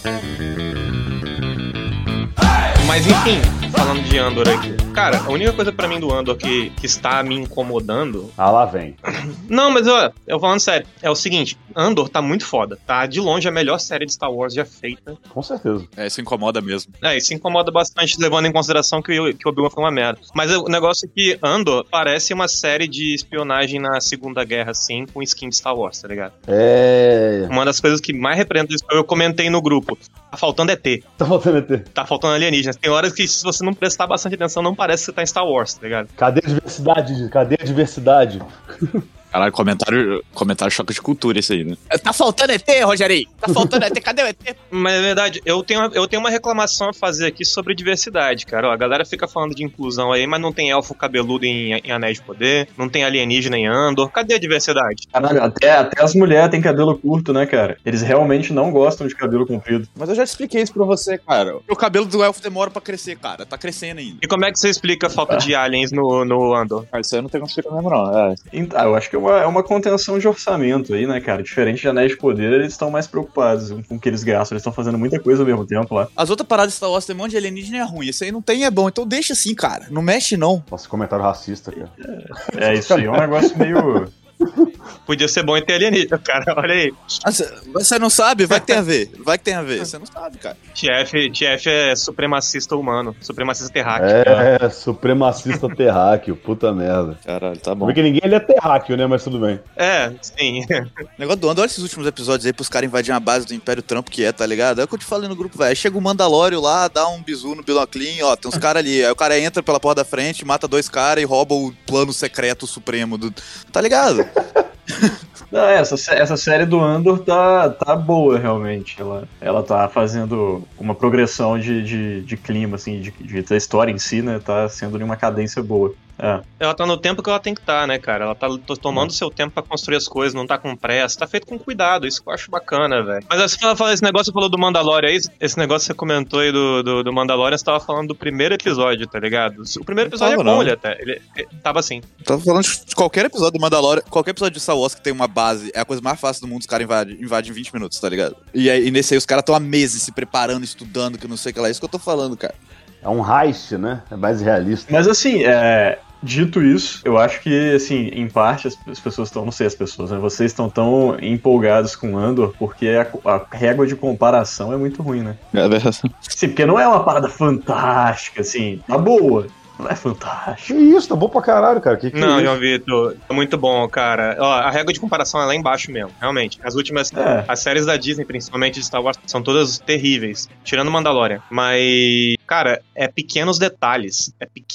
Mas enfim, falando de Andor aqui. Cara, a única coisa pra mim do Andor que está me incomodando... Ah, lá vem. Não, mas eu falando sério, é o seguinte, Andor tá muito foda, tá de longe a melhor série de Star Wars já feita. Com certeza. Isso incomoda mesmo. Isso incomoda bastante, levando em consideração que o Obi-Wan foi uma merda. Mas o negócio é que Andor parece uma série de espionagem na Segunda Guerra, assim, com skin de Star Wars, tá ligado? Uma das coisas que mais representa isso, eu comentei no grupo, tá faltando ET. Tá faltando ET. Tá faltando alienígenas. Tem horas que, se você não prestar bastante atenção, não parece que você tá em Star Wars, tá ligado? Cadê a diversidade? Cadê a diversidade? Caralho, comentário choque de cultura esse aí, né? Tá faltando ET, Rogerinho? Tá faltando ET? Cadê o ET? Mas é verdade, eu tenho uma reclamação a fazer aqui sobre diversidade, cara. Ó, a galera fica falando de inclusão aí, mas não tem elfo cabeludo em Anéis de Poder, não tem alienígena em Andor. Cadê a diversidade? Caralho, até as mulheres têm cabelo curto, né, cara? Eles realmente não gostam de cabelo comprido. Mas eu já expliquei isso pra você, cara. O cabelo do elfo demora pra crescer, cara. Tá crescendo ainda. E como é que você explica a falta de aliens no Andor? Isso aí eu não tenho como explicar mesmo, não. Então, eu acho que é uma contenção de orçamento aí, né, cara? Diferente de Anéis de Poder, eles estão mais preocupados com o que eles gastam. Eles estão fazendo muita coisa ao mesmo tempo lá. As outras paradas de Star Wars tem um monte de alienígena e é ruim. Esse aí não tem, é bom. Então deixa assim, cara. Não mexe, não. Nossa, comentário racista, cara. Isso aí é um negócio meio... Podia ser bom em ter alienígena, cara. Olha aí. Você não sabe? Vai que tem a ver. Vai que tem a ver. Você não sabe, cara. TF é supremacista humano. Supremacista terráqueo. Supremacista terráqueo. Puta merda. Caralho, tá bom. Porque ninguém ali é terráqueo, né? Mas tudo bem. Sim. O negócio do Andor, olha esses últimos episódios aí pros caras invadirem a base do Império Trump, que tá ligado? É o que eu te falei no grupo, velho. Chega o Mandalório lá, dá um bisu no Biloclin, ó, tem uns caras ali. Aí o cara entra pela porta da frente, mata 2 caras e rouba o plano secreto supremo do... Tá ligado? Não, essa série do Andor tá boa, realmente. Ela tá fazendo uma progressão de clima, assim, da história em si, né? Tá sendo de uma cadência boa. Ela tá no tempo que ela tem que estar, né, cara? Ela tá tomando seu tempo pra construir as coisas, não tá com pressa, tá feito com cuidado, isso que eu acho bacana, velho. Mas assim, ela fala, esse negócio você falou do Mandalorian aí, esse negócio que você comentou aí do Mandalorian, você tava falando do primeiro episódio, tá ligado? O primeiro episódio é bom, ele até. Ele tava assim. Tava falando de qualquer episódio do Mandalorian, qualquer episódio de Star Wars que tem uma base, é a coisa mais fácil do mundo, os caras invadem em 20 minutos, tá ligado? E nesse aí os caras estão há meses se preparando, estudando, que não sei o que lá, é isso que eu tô falando, cara. É um heist, né? É mais realista. Mas assim, dito isso, eu acho que, assim, em parte as pessoas estão, não sei as pessoas, né? Vocês estão tão empolgados com Andor porque a régua de comparação é muito ruim, né? É verdade. Sim, porque não é uma parada fantástica, assim, tá boa. Não é fantástico. Que isso, tá bom pra caralho, cara. Que não, é João Vitor, tá muito bom, cara. Ó, a régua de comparação é lá embaixo mesmo, realmente. As últimas, as séries da Disney, principalmente de Star Wars, são todas terríveis, tirando Mandalorian. Mas, cara, é pequenos detalhes.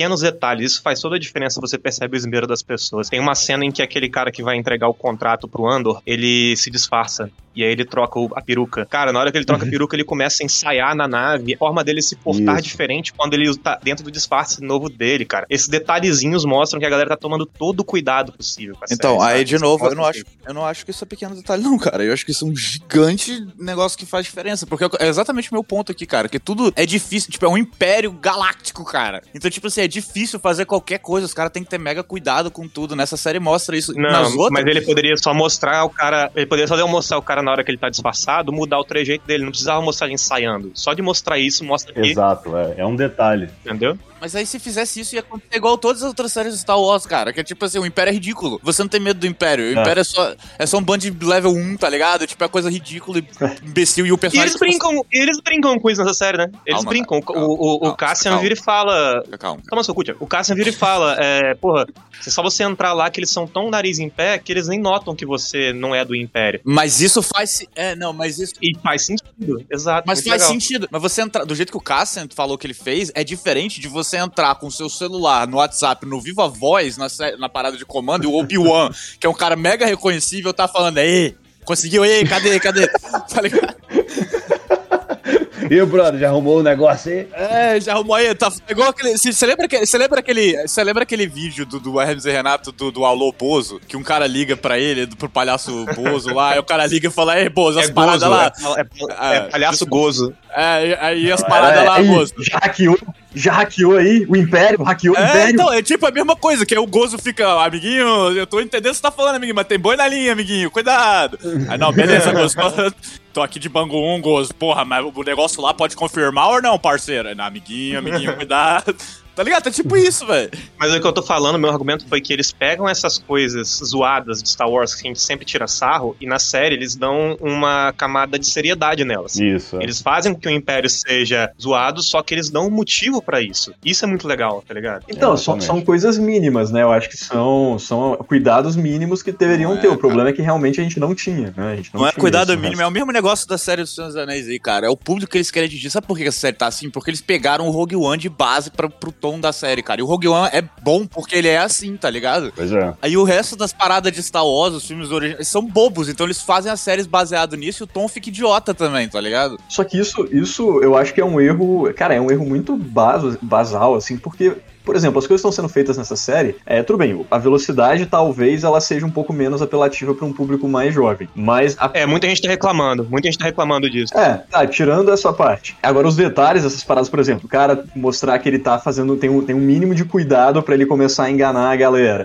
Isso faz toda a diferença, você percebe o esmero das pessoas. Tem uma cena em que aquele cara que vai entregar o contrato pro Andor, ele se disfarça. E aí ele troca a peruca. Cara, na hora que ele troca a peruca, ele começa a ensaiar na nave. A forma dele se portar diferente quando ele tá dentro do disfarce novo dele, cara. Esses detalhezinhos mostram que a galera tá tomando todo o cuidado possível com a então, série, aí sabe? de novo, eu não acho que isso é pequeno detalhe não, cara. Eu acho que isso é um gigante negócio que faz diferença. Porque é exatamente o meu ponto aqui, cara. Que tudo é difícil. Tipo, é um império galáctico, cara. Então, tipo assim, é difícil fazer qualquer coisa. Os caras têm que ter mega cuidado com tudo. Nessa série mostra isso. Não, nas outras... mas ele poderia só mostrar o cara... Ele poderia só mostrar o cara na hora que ele tá disfarçado, mudar o trejeito dele. Não precisava mostrar ele ensaiando. Só de mostrar isso, mostra que... Exato, é um detalhe. Entendeu? Mas aí se fizesse isso, ia acontecer igual todas as outras séries de Star Wars, cara. Que é tipo assim, o Império é ridículo. Você não tem medo do Império. O Império é só um band de level 1, tá ligado? Tipo, é coisa ridícula e imbecil. E o personagem... eles brincam com isso nessa série, né? Eles brincam. O Cassian vira e fala... Calma. Toma seu cu, Tia. O Cassian vira e fala, porra, é só você entrar lá que eles são tão nariz em pé que eles nem notam que você não é do Império. Mas isso faz... mas isso... E faz sentido, exato. Mas faz sentido. Mas você entrar... Do jeito que o Cassian falou que ele fez, é diferente de você entrar com o seu celular no WhatsApp, no Viva Voz, na parada de comando, e o Obi-Wan, que é um cara mega reconhecível, tá falando, ei, conseguiu, ei, cadê? Tá ligado? E o brother, já arrumou o negócio aí? Já arrumou aí, tá igual aquele... Você lembra aquele vídeo do Hermes e Renato do Alô Bozo? Que um cara liga pra ele, pro palhaço Bozo lá, aí o cara liga e fala, ei, Bozo, as paradas gozo, lá... É palhaço gozo. Aí as paradas lá, Bozo. Já hackeou aí? O Império? Hackeou o Império? Então, é tipo a mesma coisa, que aí o Gozo fica, amiguinho, eu tô entendendo o que você tá falando, amiguinho, mas tem boi na linha, amiguinho, cuidado. Aí não, beleza, Gozo. tô aqui de bangungos, porra, mas o negócio lá pode confirmar ou não, parceiro? Não, amiguinho, cuidado. Tá ligado? É tipo isso, velho. Mas o que eu tô falando, meu argumento foi que eles pegam essas coisas zoadas de Star Wars que a gente sempre tira sarro, e na série eles dão uma camada de seriedade nelas. Isso. Eles fazem com que o Império seja zoado, só que eles dão um motivo pra isso. Isso é muito legal, tá ligado? Então, são coisas mínimas, né? Eu acho que são cuidados mínimos que deveriam ter. O problema é que realmente a gente não tinha, né? A gente não é cuidado mínimo, é o mesmo negócio da série dos Senhor dos Anéis aí, cara. É o público que eles querem atingir. Sabe por que essa série tá assim? Porque eles pegaram o Rogue One de base pro tom da série, cara. E o Rogue One é bom porque ele é assim, tá ligado? Pois é. Aí o resto das paradas de Star Wars, os filmes originais, são bobos, então eles fazem as séries baseado nisso e o tom fica idiota também, tá ligado? Só que isso eu acho que é um erro, cara, é um erro muito basal, assim, porque... Por exemplo, as coisas que estão sendo feitas nessa série, tudo bem, a velocidade talvez ela seja um pouco menos apelativa para um público mais jovem, mas... muita gente tá reclamando disso. Tirando essa parte. Agora, os detalhes dessas paradas, por exemplo, o cara mostrar que ele tá fazendo, tem um mínimo de cuidado para ele começar a enganar a galera.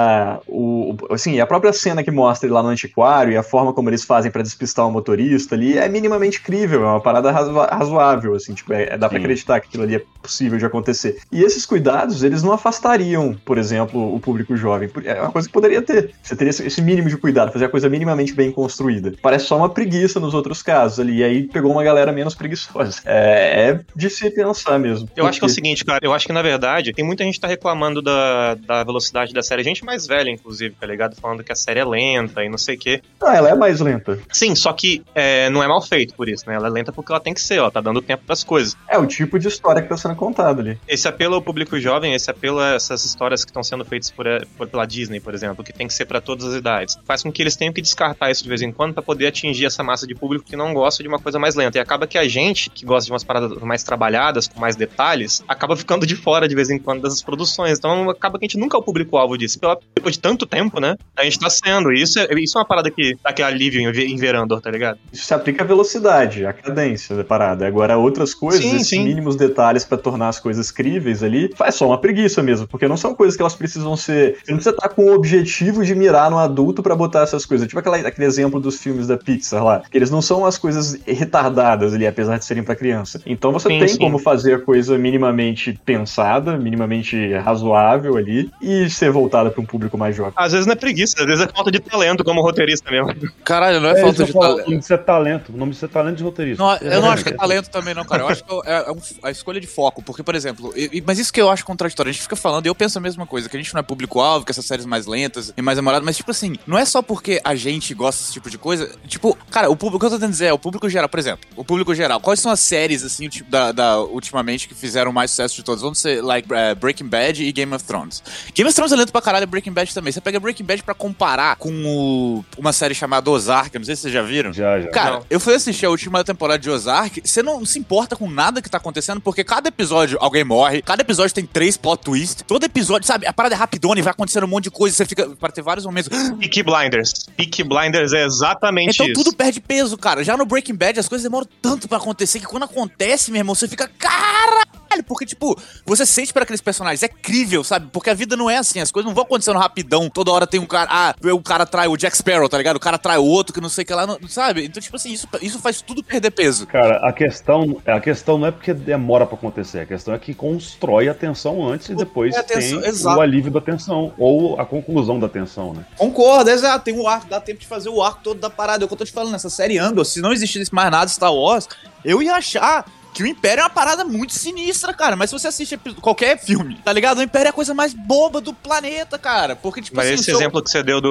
A própria cena que mostra ele lá no antiquário e a forma como eles fazem para despistar o motorista ali é minimamente crível, é uma parada razoável, assim, tipo, dá pra acreditar que aquilo ali é possível de acontecer. E esses cuidados, eles não afastariam, por exemplo, o público jovem. É uma coisa que poderia ter. Você teria esse mínimo de cuidado, fazer a coisa minimamente bem construída. Parece só uma preguiça nos outros casos ali, e aí pegou uma galera menos preguiçosa. É de se pensar mesmo. Eu acho que é o seguinte, cara, eu acho que na verdade, tem muita gente que tá reclamando da velocidade da série, gente mais velha, inclusive, tá ligado? Falando que a série é lenta e não sei o quê. Ela é mais lenta. Sim, só que não é mal feito por isso, né? Ela é lenta porque ela tem que ser, tá dando tempo pras coisas. É o tipo de história que tá sendo contada ali. Esse apelo ao público jovem, esse apelo a essas histórias que estão sendo feitas pela Disney, por exemplo, que tem que ser pra todas as idades, faz com que eles tenham que descartar isso de vez em quando pra poder atingir essa massa de público que não gosta de uma coisa mais lenta. E acaba que a gente, que gosta de umas paradas mais trabalhadas, com mais detalhes, acaba ficando de fora de vez em quando dessas produções. Então acaba que a gente nunca é o público-alvo disso. Depois de tanto tempo, né, a gente tá sendo. E isso é uma parada que dá aquele alívio em ver Andor, tá ligado? Isso se aplica à velocidade, à cadência da parada. Agora, outras coisas, esses mínimos detalhes pra tornar as coisas críveis ali, faz só uma preguiça mesmo, porque não são coisas que elas precisam ser... Você não precisa estar com o objetivo de mirar no adulto pra botar essas coisas. Tipo aquele exemplo dos filmes da Pixar lá, que eles não são as coisas retardadas ali, apesar de serem pra criança. Então você tem como fazer a coisa minimamente pensada, minimamente razoável ali, e ser voltada pra um público mais jovem. Às vezes não é preguiça, às vezes é falta de talento como roteirista mesmo. Caralho, não é falta de talento. O nome disso é talento. O nome disso é talento de roteirista. Não, eu não acho que é talento também, não, cara. Eu acho que é a escolha de foco. Porque, por exemplo, mas isso que eu acho contraditório. A gente fica falando, e eu penso a mesma coisa, que a gente não é público-alvo, que essas séries mais lentas e mais demoradas, mas, tipo assim, não é só porque a gente gosta desse tipo de coisa. Tipo, cara, o que eu tô tentando dizer é o público geral, por exemplo, o público geral. Quais são as séries, assim, o tipo ultimamente, que fizeram mais sucesso de todas? Vamos ser, Breaking Bad e Game of Thrones. Game of Thrones é lento pra caralho, Breaking Bad também. Você pega Breaking Bad pra comparar com uma série chamada Ozark, eu não sei se vocês já viram. Já. Cara, não. Eu fui assistir a última temporada de Ozark, você não se importa com nada que tá acontecendo, porque cada episódio alguém morre, cada episódio tem 3 plot twists, todo episódio, sabe, a parada é rapidona e vai acontecendo um monte de coisa, você fica, para ter vários momentos... Peaky Blinders é exatamente então, isso. Então tudo perde peso, cara. Já no Breaking Bad as coisas demoram tanto pra acontecer que quando acontece, meu irmão, você fica, caralho, porque, tipo, você sente para aqueles personagens, é crível, sabe? Porque a vida não é assim, as coisas não vão acontecendo rapidão, toda hora tem um cara, o cara trai o Jack Sparrow, tá ligado? O cara trai o outro, que não sei o que lá, não, sabe? Então, tipo assim, isso faz tudo perder peso. Cara, a questão não é porque demora pra acontecer, a questão é que constrói a tensão antes e depois tem o alívio da tensão, ou a conclusão da tensão, né? Concordo, exato, tem um arco, dá tempo de fazer o arco todo da parada, é o que eu tô te falando, nessa série Andor, se não existisse mais nada Star Wars, eu ia achar que o Império é uma parada muito sinistra, cara. Mas se você assiste qualquer filme, tá ligado? O Império é a coisa mais boba do planeta, cara. Porque, tipo, mas assim... esse exemplo que você deu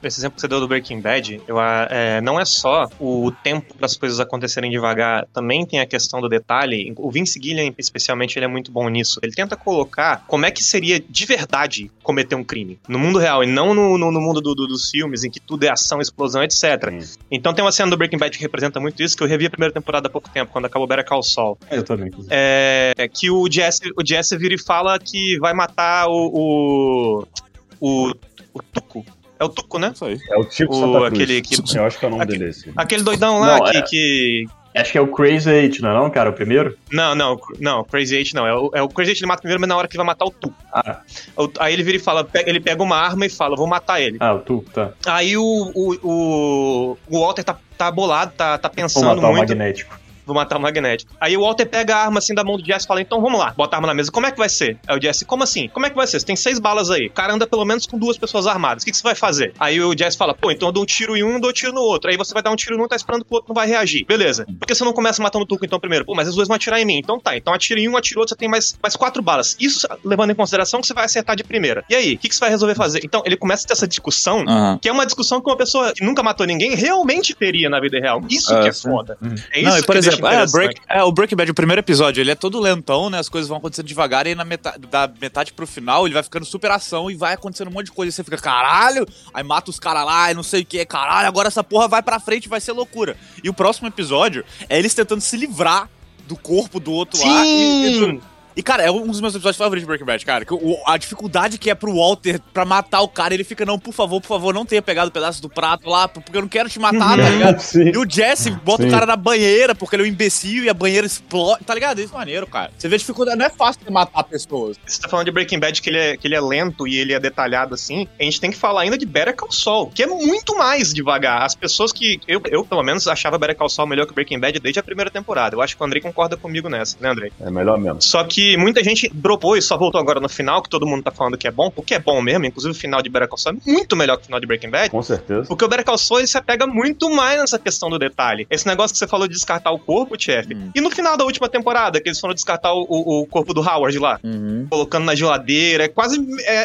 do Breaking Bad, não é só o tempo para as coisas acontecerem devagar, também tem a questão do detalhe. O Vince Gilligan, especialmente, ele é muito bom nisso. Ele tenta colocar como é que seria de verdade cometer um crime no mundo real e não no mundo dos filmes, em que tudo é ação, explosão, etc. Então tem uma cena do Breaking Bad que representa muito isso, que eu revi a primeira temporada há pouco tempo, quando acabou Better Call Saul. Eu também. Que o Jesse vira e fala que vai matar o Tuco. É o Tuco, né? Isso aí. É o Tico Santa Cruz. Eu acho que é o nome dele esse. Aquele doidão lá Não, que Acho que é o Crazy 8, não é cara? O primeiro? Não, Crazy 8 não. É o Crazy 8 ele mata primeiro, mas na hora que ele vai matar o Tuco. Aí ele vira e fala, ele pega uma arma e fala, vou matar ele. O Tuco, tá. Aí o Walter tá bolado, tá pensando muito. Vou matar o Magnético. Vou matar o Magnético. Aí o Walter pega a arma assim da mão do Jesse e fala, então vamos lá, bota a arma na mesa, como é que vai ser? Aí o Jesse, como assim? Como é que vai ser? Você tem 6 balas aí, o cara anda pelo menos com 2 pessoas armadas, o que você vai fazer? Aí o Jesse fala, então eu dou um tiro em um e dou um tiro no outro. Aí você vai dar um tiro no um, tá esperando que o outro não vai reagir. Beleza. Por que você não começa matando o Tuco então primeiro? Mas os dois vão atirar em mim. Então tá, então atira em um, atira em outro, você tem mais 4 balas. Isso levando em consideração que você vai acertar de primeira. E aí, o que você vai resolver fazer? Então ele começa a ter essa discussão, que é uma discussão que uma pessoa que nunca matou ninguém realmente teria na vida real. Isso que é foda. É isso por exemplo, o Breaking Bad, o primeiro episódio, ele é todo lentão, né? As coisas vão acontecendo devagar e da metade pro final ele vai ficando super ação e vai acontecendo um monte de coisa. E você fica, caralho, aí mata os caras lá e não sei o que, caralho, agora essa porra vai pra frente e vai ser loucura. E o próximo episódio é eles tentando se livrar do corpo do outro lá. E, cara, é um dos meus episódios favoritos de Breaking Bad, cara. A dificuldade que é pro Walter pra matar o cara, ele fica, não, por favor, não tenha pegado um pedaço do prato lá, porque eu não quero te matar, tá ligado? Sim. E o Jesse bota o cara na banheira, porque ele é um imbecil e a banheira explode, tá ligado? Isso é maneiro, cara. Você vê a dificuldade, não é fácil de matar pessoas. Você tá falando de Breaking Bad que ele é lento e ele é detalhado assim, a gente tem que falar ainda de Better Call Saul, que é muito mais devagar. As pessoas que, eu pelo menos, achava Better Call Saul melhor que Breaking Bad desde a primeira temporada. Eu acho que o Andrei concorda comigo nessa, né, Andrei? É melhor mesmo. Só que muita gente dropou e só voltou agora no final, que todo mundo tá falando que é bom, porque é bom mesmo, inclusive o final de Better Call Saul é muito melhor que o final de Breaking Bad. Com certeza. Porque o Better Call Saul, ele se apega muito mais nessa questão do detalhe. Esse negócio que você falou de descartar o corpo, Chef, e no final da última temporada, que eles foram descartar o corpo do Howard lá, colocando na geladeira, é quase...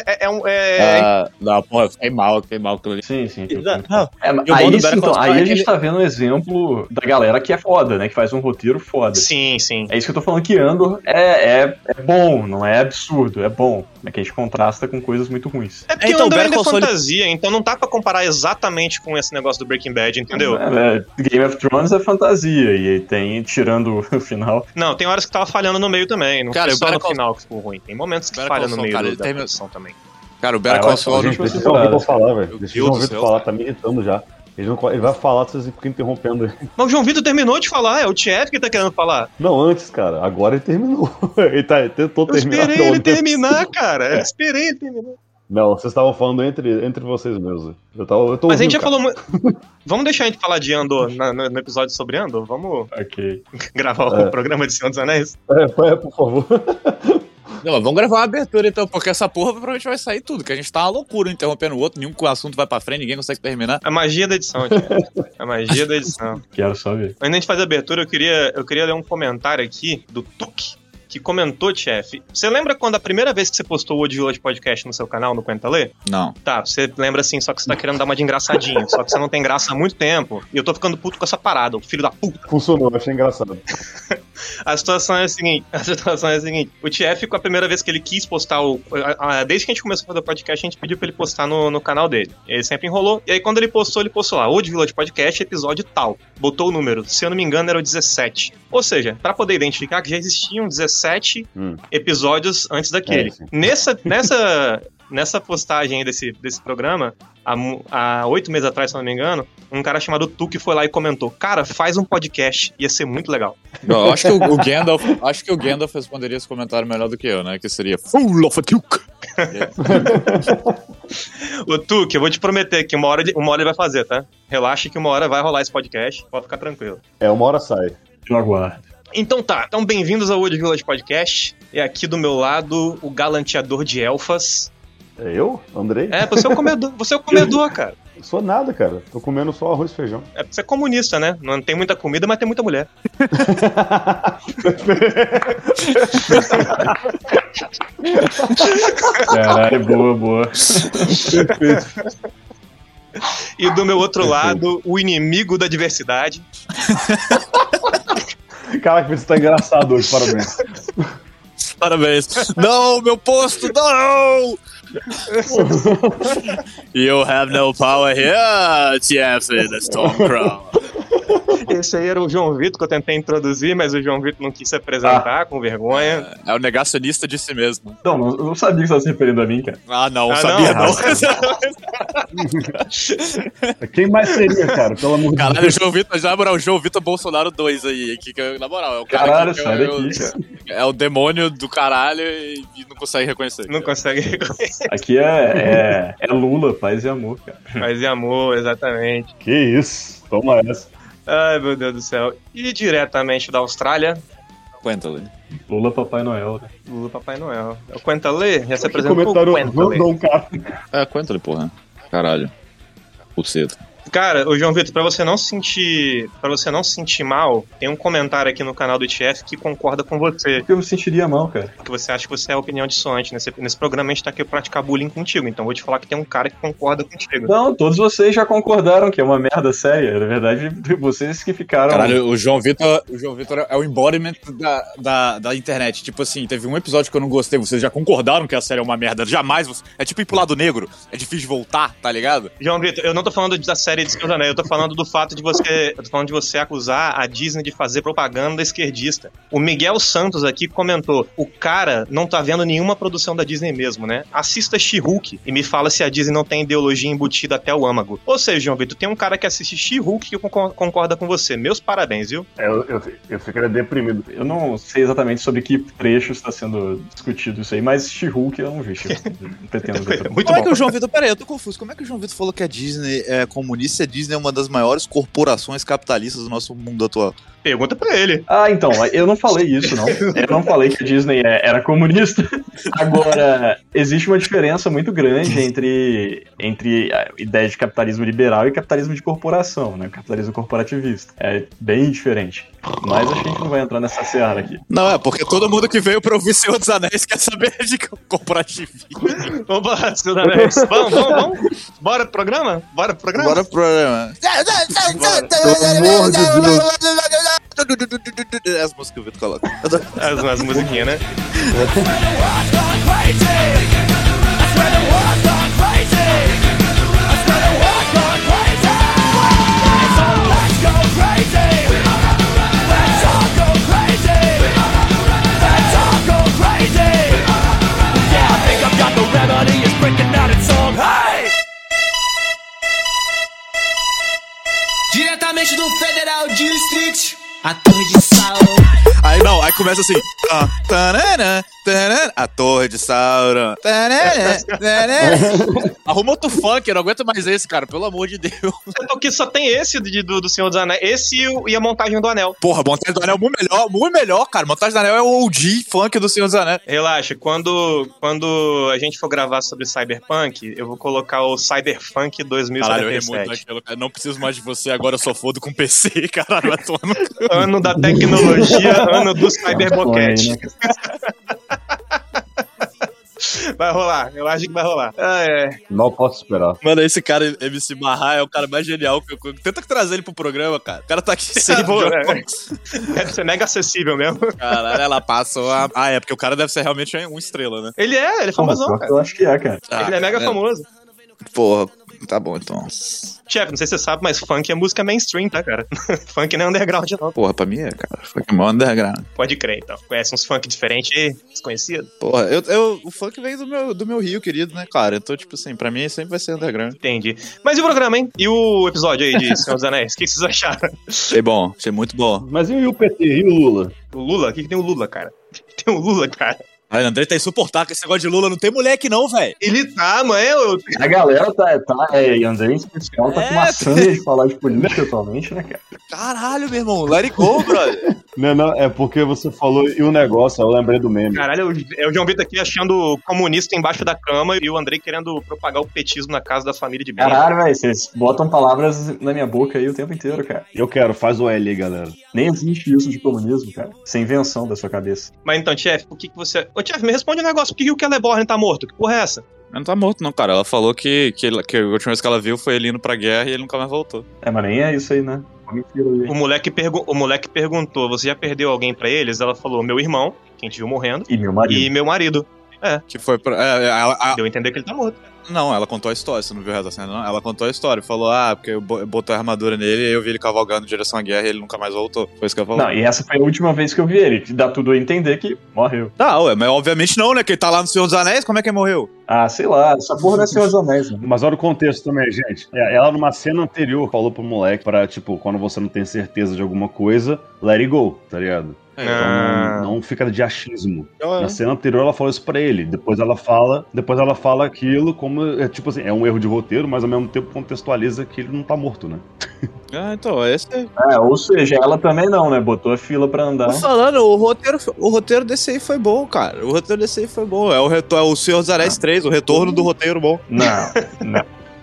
Não, pô, fiquei mal aquilo ali. Sim. Aí a gente tá vendo um exemplo da galera que é foda, né, que faz um roteiro foda. Sim. É isso que eu tô falando, que Andor é bom, não é absurdo, é bom. É que a gente contrasta com coisas muito ruins. É porque Andor ainda é fantasia, então não dá pra comparar exatamente com esse negócio do Breaking Bad, entendeu? Game of Thrones é fantasia, e tem, tirando o final... Não, tem horas que tava falhando no meio também, não foi só no final que ficou ruim. Tem momentos que falha no meio da produção também. Cara, o Better Call Saul... Gente, deixa eu ouvir falar, velho. Deixa eu ouvir falar, tá me irritando já. Ele vai falar, vocês ficam interrompendo ele. Mas o João Vitor terminou de falar, é o Chef que tá querendo falar. Não, antes, cara. Agora ele terminou. Ele tentou terminar. Eu esperei ele terminar, cara. Eu esperei ele terminar. Não, vocês estavam falando entre vocês mesmos. Eu tô Mas ouvindo, a gente já falou muito. Vamos deixar a gente falar de Andor no episódio sobre Andor? Vamos gravar o programa de Senhor dos Anéis? Por favor. Não, vamos gravar uma abertura então, porque essa porra provavelmente vai sair tudo, que a gente tá uma loucura, interrompendo o outro, nenhum assunto vai pra frente, ninguém consegue terminar. A magia da edição, gente. A magia da edição. Quero só ver. Antes de a gente fazer a abertura, eu queria ler um comentário aqui do Tuque, que comentou, Chef. Você lembra quando a primeira vez que você postou o Wood Village Podcast no seu canal, no Aguenta Ler? Não. Tá, você lembra assim, só que você tá querendo dar uma de engraçadinho, só que você não tem graça há muito tempo, e eu tô ficando puto com essa parada, o filho da puta. Funcionou, achei engraçado. A situação é a seguinte, o TF, com a primeira vez que ele quis postar desde que a gente começou a fazer o podcast, a gente pediu pra ele postar no canal dele. Ele sempre enrolou, e aí quando ele postou lá, Wood Village Podcast, episódio tal. Botou o número, se eu não me engano era o 17. Ou seja, pra poder identificar que já existiam 17 episódios antes daquele. Nessa postagem aí desse programa, há 8 meses atrás, se não me engano, um cara chamado Tuque foi lá e comentou: cara, faz um podcast, ia ser muito legal. Eu acho que o Gandalf responderia esse comentário melhor do que eu, né? Que seria Full of a Tuque. O Tuque, eu vou te prometer que uma hora ele vai fazer, tá? Relaxa que uma hora vai rolar esse podcast, pode ficar tranquilo. Uma hora sai. Eu aguardo. Então tá, então bem-vindos ao Wood Village Podcast. E aqui do meu lado, o galanteador de elfas. É eu? Andrei? Você é o comedor, cara. Não sou nada, cara. Tô comendo só arroz e feijão. Você é comunista, né? Não tem muita comida, mas tem muita mulher. Caralho, boa. Perfeito. E do meu outro lado, o inimigo da diversidade. Caraca, você tá engraçado hoje, parabéns. Parabéns. Não, meu posto, não! You have no power here, TF, the Stormcrow. Esse aí era o João Vitor que eu tentei introduzir, mas o João Vitor não quis se apresentar, com vergonha. É o negacionista de si mesmo. Não, eu não sabia que você estava se referindo a mim, cara. Não sabia não. Quem mais seria, cara? Pelo amor de Deus. Caralho, o João Vitor, já, moral, o João Vitor Bolsonaro 2 aí, que na moral, é o cara Caralho, que sai daqui, cara. É o demônio do caralho e não consegue reconhecer. Não consegue reconhecer. Aqui é Lula, paz e amor, cara. Paz e amor, exatamente. Que isso, toma essa. Ai, meu Deus do céu. E diretamente da Austrália... Quenta-lhe. Lula Papai Noel, né? Lula Papai Noel. É o Quenta-lê? Já se apresentou Comentário o Quenta-lê. Quenta-lhe, porra. Caralho. Pucedo. Cara, o João Vitor, pra você não se sentir mal, tem um comentário aqui no canal do ITF que concorda com você. Porque eu me sentiria mal, cara. Porque você acha que você é a opinião dissonante. Nesse programa a gente tá aqui pra praticar bullying contigo, então vou te falar que tem um cara que concorda contigo. Não, todos vocês já concordaram que é uma merda séria. Na verdade, vocês que ficaram... Caralho, o João Vitor é o embodiment da internet. Tipo assim, teve um episódio que eu não gostei, vocês já concordaram que a série é uma merda. Jamais. É tipo ir pro lado negro. É difícil de voltar, tá ligado? João Vitor, eu não tô falando da série de Senhor dos Anéis, eu tô falando do fato de você acusar a Disney de fazer propaganda esquerdista. O Miguel Santos aqui comentou, o cara não tá vendo nenhuma produção da Disney mesmo, né? Assista She-Hulk e me fala se a Disney não tem ideologia embutida até o âmago. Ou seja, João Vitor, tem um cara que assiste She-Hulk que concorda com você. Meus parabéns, viu? Eu ficaria deprimido. Eu não sei exatamente sobre que trecho está sendo discutido isso aí, mas She-Hulk eu não vi. Não pretendo ver. Muito Como bom. É que o João Vitor... Peraí, eu tô confuso. Como é que o João Vitor falou que a Disney é comunista? A Disney é uma das maiores corporações capitalistas do nosso mundo atual. Pergunta pra ele. Então, eu não falei isso, não. Eu não falei que a Disney era comunista. Agora, existe uma diferença muito grande entre a ideia de capitalismo liberal e capitalismo de corporação, né? Capitalismo corporativista. É bem diferente. Mas a gente não vai entrar nessa seara aqui. Não, é porque todo mundo que veio pra ouvir Senhor dos Anéis quer saber de corporativismo. Vamos lá, Senhor dos Anéis. Vamos. Bora pro programa? Bora pro programa? Bora pro programa. As músicas que o Vitor coloca. As musiquinhas, né? Diretamente do Federal District, a Torre de Sauron. Aí começa assim. A Torre de Sauron. Arruma outro funk, eu não aguento mais esse, cara, pelo amor de Deus. Porque só tem esse do Senhor dos Anéis, esse e a montagem do Anel. Porra, a montagem do Anel é muito melhor, cara. A montagem do Anel é o OG funk do Senhor dos Anéis. Relaxa, quando a gente for gravar sobre Cyberpunk, eu vou colocar o Cyberpunk 2077. Caralho, eu remudo aquilo, cara. Não preciso mais de você, agora eu só fodo com PC, caralho. Ano da tecnologia, ano do Cyberboquete. Vai rolar, eu acho que vai rolar. Não posso esperar. Mano, esse cara, MC Marra, é o cara mais genial que eu... Tenta trazer ele pro programa, cara. O cara tá aqui... Deve ser mega acessível mesmo. Caralho, ela passou a... É porque o cara deve ser realmente uma estrela, né? Ele é famosão, cara. Eu acho que é, cara. Ele é mega famoso. Porra, tá bom, então. Chefe, não sei se você sabe, mas funk é música mainstream, tá, cara? Funk não é underground, não. Porra, pra mim é, cara. Funk é mó underground. Pode crer, então. Conhece uns funk diferentes aí, desconhecido? Porra, o funk vem do meu Rio, querido, né, cara? Então, tipo assim, pra mim sempre vai ser underground. Entendi. Mas e o programa, hein? E o episódio aí de Senhor dos Anéis? O que vocês acharam? Achei bom, achei muito bom. Mas e o PT? E o Lula? O Lula? O que tem o Lula, cara? Tem o Lula, cara. Ai, André tá insuportável com esse negócio de Lula. Não tem moleque não, velho. Ele tá, mano. A galera André em especial tá com uma sanha de falar de política atualmente, né, cara? Caralho, meu irmão. Let it go, brother. Não, é porque você falou e o negócio, eu lembrei do meme. Caralho, é o João Vitor aqui achando comunista embaixo da cama e o Andrei querendo propagar o petismo na casa da família de bem. Caralho, velho, vocês botam palavras na minha boca aí o tempo inteiro, cara. Eu quero, faz o L aí, galera. Nem existe isso de comunismo, cara. Isso é invenção da sua cabeça. Mas então, chefe, o que você... Ô, chefe, me responde um negócio. Por que o Celeborn tá morto? Que porra é essa? Ele não tá morto, não, cara. Ela falou que a última vez que ela viu foi ele indo pra guerra e ele nunca mais voltou. Mas nem é isso aí, né? O moleque perguntou, você já perdeu alguém pra eles? Ela falou, meu irmão, que a gente viu morrendo. E meu marido. E meu marido. Que foi pra... Deu a entender que ele tá morto. Não, ela contou a história, você não viu o resto da cena, não? Ela contou a história, falou, porque eu botou a armadura nele e eu vi ele cavalgando em direção à guerra e ele nunca mais voltou. Foi isso que ela falou. Não, e essa foi a última vez que eu vi ele, que dá tudo a entender que morreu. Não, mas obviamente não, né? Que ele tá lá no Senhor dos Anéis, como é que ele morreu? Ah, sei lá, essa porra não é Senhor dos Anéis, né? Mas olha o contexto também, gente. Ela, numa cena anterior, falou pro moleque pra, tipo, quando você não tem certeza de alguma coisa, let it go, tá ligado? Então não fica de achismo. Na cena anterior ela falou isso pra ele. Depois ela fala aquilo como, tipo assim, é um erro de roteiro, mas ao mesmo tempo contextualiza que ele não tá morto, né? Então, esse aí. Ou seja, ela também não, né? Botou a fila pra andar. Tô falando, o roteiro desse aí foi bom, cara. O roteiro desse aí foi bom. É o Senhor dos Anéis 3, o retorno do roteiro bom. Não.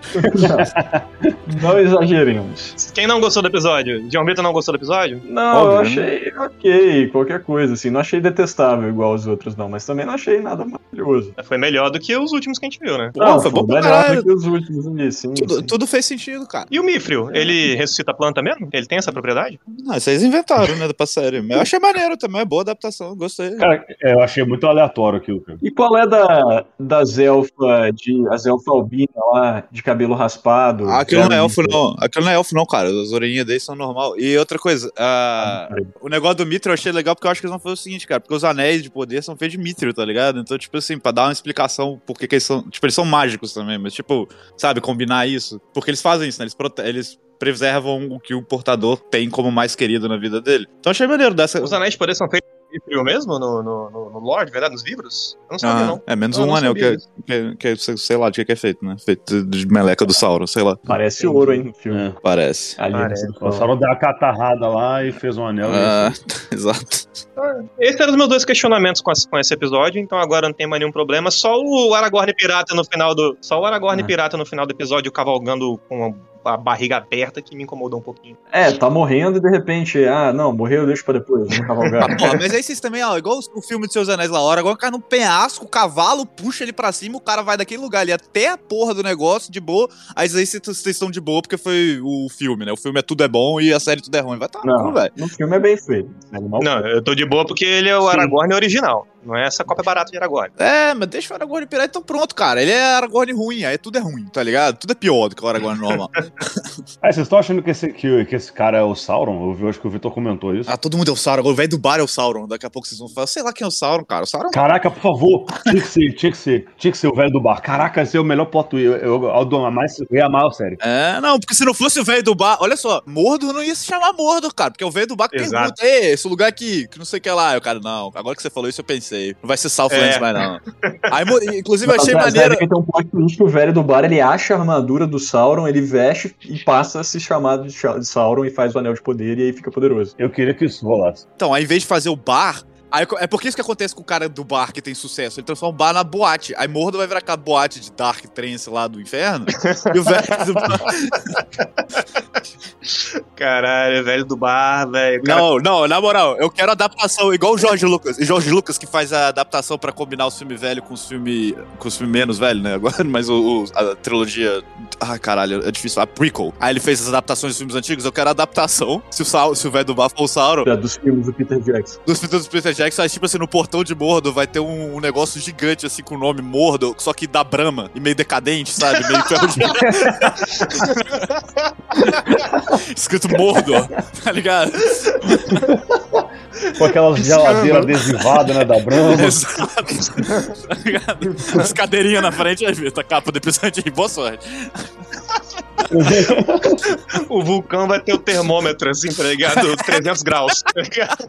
Não exageremos. Quem não gostou do episódio? John Vitor não gostou do episódio? Não, óbvio, eu achei ok, qualquer coisa, assim. Não achei detestável igual os outros, não. Mas também não achei nada maravilhoso. Foi melhor do que os últimos que a gente viu, né? Não, foi bom pra caralho. Do que os últimos ali, sim. Tudo fez sentido, cara. E o Mithril? Ele ressuscita a planta mesmo? Ele tem essa propriedade? Não, isso aí eles inventaram, né, pra série. Mas eu achei maneiro também, é boa adaptação, gostei. Cara, eu achei muito aleatório aquilo, cara. E qual é das as elfas albina lá, de cabelo raspado? Aquilo não é elfo, não. Aquilo não é elfo, não, cara. As orelhinhas deles são normal. E outra coisa, o negócio do Mithril eu achei legal porque eu acho que eles vão fazer o seguinte, cara, porque os anéis de poder são feitos de Mithril, tá ligado? Então, tipo assim, pra dar uma explicação por que eles são... Tipo, eles são mágicos também, mas, tipo, sabe, combinar isso. Porque eles fazem isso, né? Eles preservam o que o portador tem como mais querido na vida dele. Então, achei maneiro dessa... Os anéis de poder são feitos de Mithril mesmo no lore, verdade? Nos livros? Eu não sabia, não. É menos um anel que sei lá de que é feito, né? Feito de meleca do Sauron, sei lá. Parece ouro, hein, no filme. Parece. O Sauron deu uma catarrada lá e fez um anel. Exato. Esses eram os meus dois questionamentos com esse episódio, então agora não tem mais nenhum problema. Só o Aragorn pirata no final do... pirata no final do episódio cavalgando com a barriga aberta que me incomodou um pouquinho. Tá morrendo e de repente, não, morreu, deixa pra depois, vamos cavalgar. Porra, mas aí vocês também, igual o filme de Seus Anéis lá, agora o cara no penhasco, o cavalo puxa ele pra cima, o cara vai daquele lugar ali até a porra do negócio, de boa, aí vocês estão de boa porque foi o filme, né? O filme tudo é bom e a série tudo é ruim. Vai velho. O filme é bem feito. Não, eu tô de boa porque ele é o Aragorn original. Não é essa cópia barata de Aragorn. Mas deixa o Aragorn pirata, então pronto, cara. Ele é Aragorn ruim, aí tudo é ruim, tá ligado? Tudo é pior do que o Aragorn normal. Vocês estão achando que esse cara é o Sauron? Eu acho que o Vitor comentou isso. Todo mundo é o Sauron. Agora o velho do bar é o Sauron. Daqui a pouco vocês vão falar, sei lá quem é o Sauron, cara. O Sauron... Caraca, por favor. Tinha que ser o velho do bar. Caraca, esse é o melhor plot. Eu ia amar a série. Não, porque se não fosse o velho do bar... Olha só, Mordor não ia se chamar Mordor, cara. Porque é o velho do bar que pergunta, esse lugar aqui, que não sei o que lá. Aí o cara, não, agora que você falou isso eu pensei. Não vai ser Southlands mais não. Aí, inclusive eu achei maneiro... Tem um plot twist que o velho do bar, ele acha a armadura do Sauron, ele veste e passa a se chamar de Sauron e faz o Anel de Poder e aí fica poderoso. Eu queria que isso rolasse. Então, ao invés de fazer o bar... É porque isso que acontece com o cara do bar que tem sucesso. Ele transforma o bar na boate. Aí Mordor vai virar aquela boate de Dark Trance lá do inferno. E o velho do bar... Caralho, velho do bar, velho. Não, na moral, eu quero adaptação igual o Jorge Lucas. E Jorge Lucas que faz a adaptação pra combinar os filmes velhos com os filmes menos velhos, né? Agora, mas a trilogia... caralho, é difícil. A prequel. Aí ele fez as adaptações dos filmes antigos. Eu quero a adaptação, se o velho do bar for o Sauron. Dos filmes do Peter Jackson. Dos filmes do Peter Jackson. Tipo assim, no portão de Mordor vai ter um negócio gigante, assim, com o nome Mordor, só que da Brahma, e meio decadente, sabe? Meio escrito Mordor, tá ligado? Com aquelas geladeiras adesivadas, né, da Brahma. Exato. Tá ligado? As cadeirinhas na frente, aí tá a capa do episódio aí, boa sorte. O vulcão vai ter o termômetro, assim, tá ligado? 300 graus, tá ligado?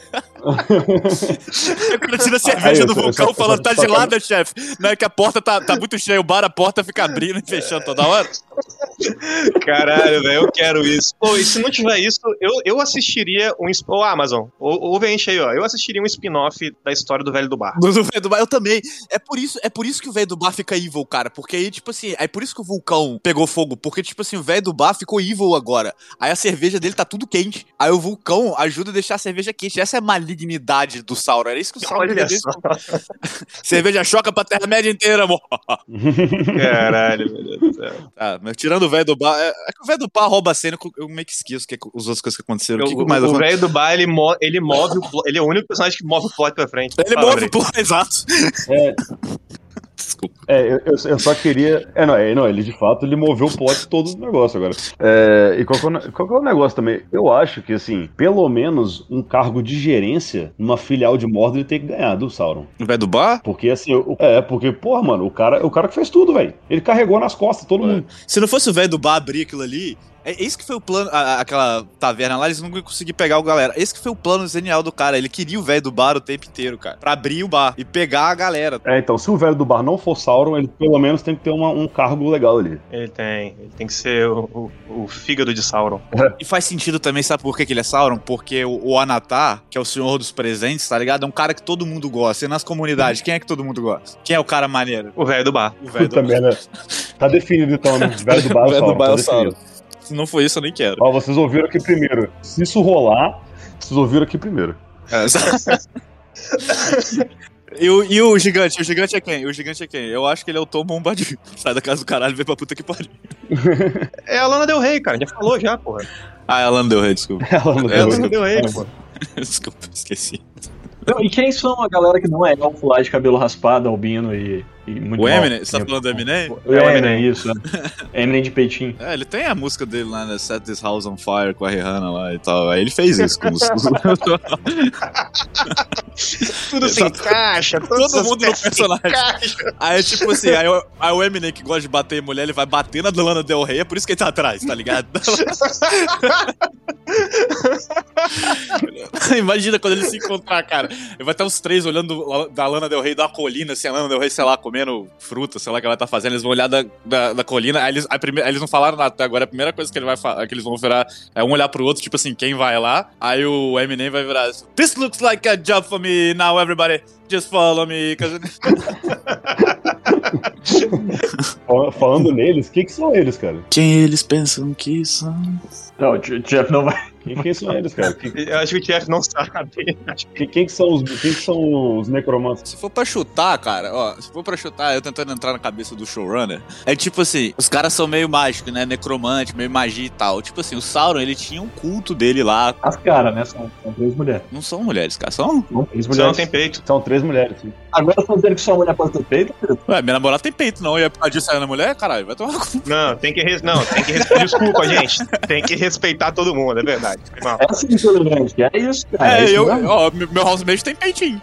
Eu quero tirar a cerveja do vulcão falando, tá gelada, chefe. Não é que a porta tá muito cheia, o bar, a porta fica abrindo e fechando toda hora. Caralho, velho, eu quero isso. E se não tiver isso, eu assistiria Amazon, ouve a gente aí, ó. Eu assistiria um spin-off da história do velho do bar. Do velho do bar, eu também. É por isso que o velho do bar fica evil, cara. Porque aí, tipo assim, é por isso que o vulcão pegou fogo. Porque, tipo assim, o velho do bar ficou evil agora. Aí a cerveja dele tá tudo quente. Aí o vulcão ajuda a deixar a cerveja quente. Essa é a malignidade do Sauron. Era isso que o Sauron queria dizer. Cerveja choca pra Terra-média inteira, amor. Caralho, meu Deus do céu. Mas tirando o velho do bar, é que o velho do bar rouba a cena, eu meio que esqueço as outras coisas que aconteceram. O velho do bar, ele move o plot, ele é o único personagem que move o plot pra frente. Ele move o plot, exato. Desculpa. Eu só queria... ele de fato, ele moveu o plot todo do negócio agora. E qual que é o negócio também? Eu acho que, assim, pelo menos um cargo de gerência numa filial de Mordor ele tem que ganhar do Sauron. O velho do bar? Porque, assim, porra, mano, o cara que fez tudo, velho. Ele carregou nas costas todo mundo. Se não fosse o velho do bar abrir aquilo ali... Esse que foi o plano, aquela taverna lá, eles não conseguiram pegar o galera. Esse que foi o plano genial do cara. Ele queria o velho do bar o tempo inteiro, cara. Pra abrir o bar e pegar a galera. Então, se o velho do bar não for Sauron, ele pelo menos tem que ter um cargo legal ali. Ele tem que ser o fígado de Sauron. E faz sentido também, sabe por que ele é Sauron? Porque o Anatar, que é o senhor dos presentes, tá ligado? É um cara que todo mundo gosta. E nas comunidades, quem é que todo mundo gosta? Quem é o cara maneiro? O velho do bar. O velho do bar. Né? Tá definido então, né? O velho do bar é o Sauron. Se não for isso, eu nem quero. Ó, vocês ouviram aqui primeiro. Se isso rolar, vocês ouviram aqui primeiro. E o gigante? O gigante é quem? Eu acho que ele é o Tom Bombadil. Sai da casa do caralho e vem pra puta que pariu. É a Lana Del Rey, cara. Já falou já, porra. É a Lana Del Rey, desculpa. É a Lana Del Rey, porra. Desculpa, esqueci. Não, e quem são a galera que não é elfo lá de cabelo raspado, albino e muito o Eminem? Você tá falando do Eminem? O Eminem, isso. Eminem de peitinho. Ele tem a música dele lá, né? Set This House on Fire com a Rihanna lá e tal. Aí ele fez isso com os... Tudo se encaixa, todo mundo no personagem. Aí tipo assim, aí o Eminem que gosta de bater em mulher, ele vai bater na Lana Del Rey, é por isso que ele tá atrás, tá ligado? Imagina quando ele se encontrar, cara. Ele vai estar os três olhando da Lana Del Rey da colina, assim, a Lana Del Rey, sei lá, comendo fruta, sei lá o que ela tá fazendo. Eles vão olhar da colina, aí eles não falaram nada até agora. A primeira coisa que eles vão virar é um olhar pro outro, tipo assim, quem vai lá? Aí o Eminem vai virar assim, This looks like a job for me, now everybody just follow me. Falando neles, quem que são eles, cara? Quem eles pensam que são? Não, o Jeff não vai. Quem são eles, cara? Eu acho que o Jeff não sabe. Quem que são os necromantes? Se for pra chutar, cara, eu tentando entrar na cabeça do showrunner, é tipo assim, os caras são meio mágicos, né? Necromante, meio magia e tal. Tipo assim, o Sauron, ele tinha um culto dele lá. As caras, né? São 3 mulheres. Não são mulheres, cara, são? Não, 3 mulheres. Você não tem peito. São 3 mulheres, sim. Agora estão dizendo que só mulher pode ter peito? Ué, minha namorada tem peito, não. E a disso saiu na mulher, caralho, vai tomar cu. Não, tem que desculpa, gente. Tem que respeitar todo mundo, é verdade. É assim, intolerante, é isso, cara. Meu housemate tem peitinho.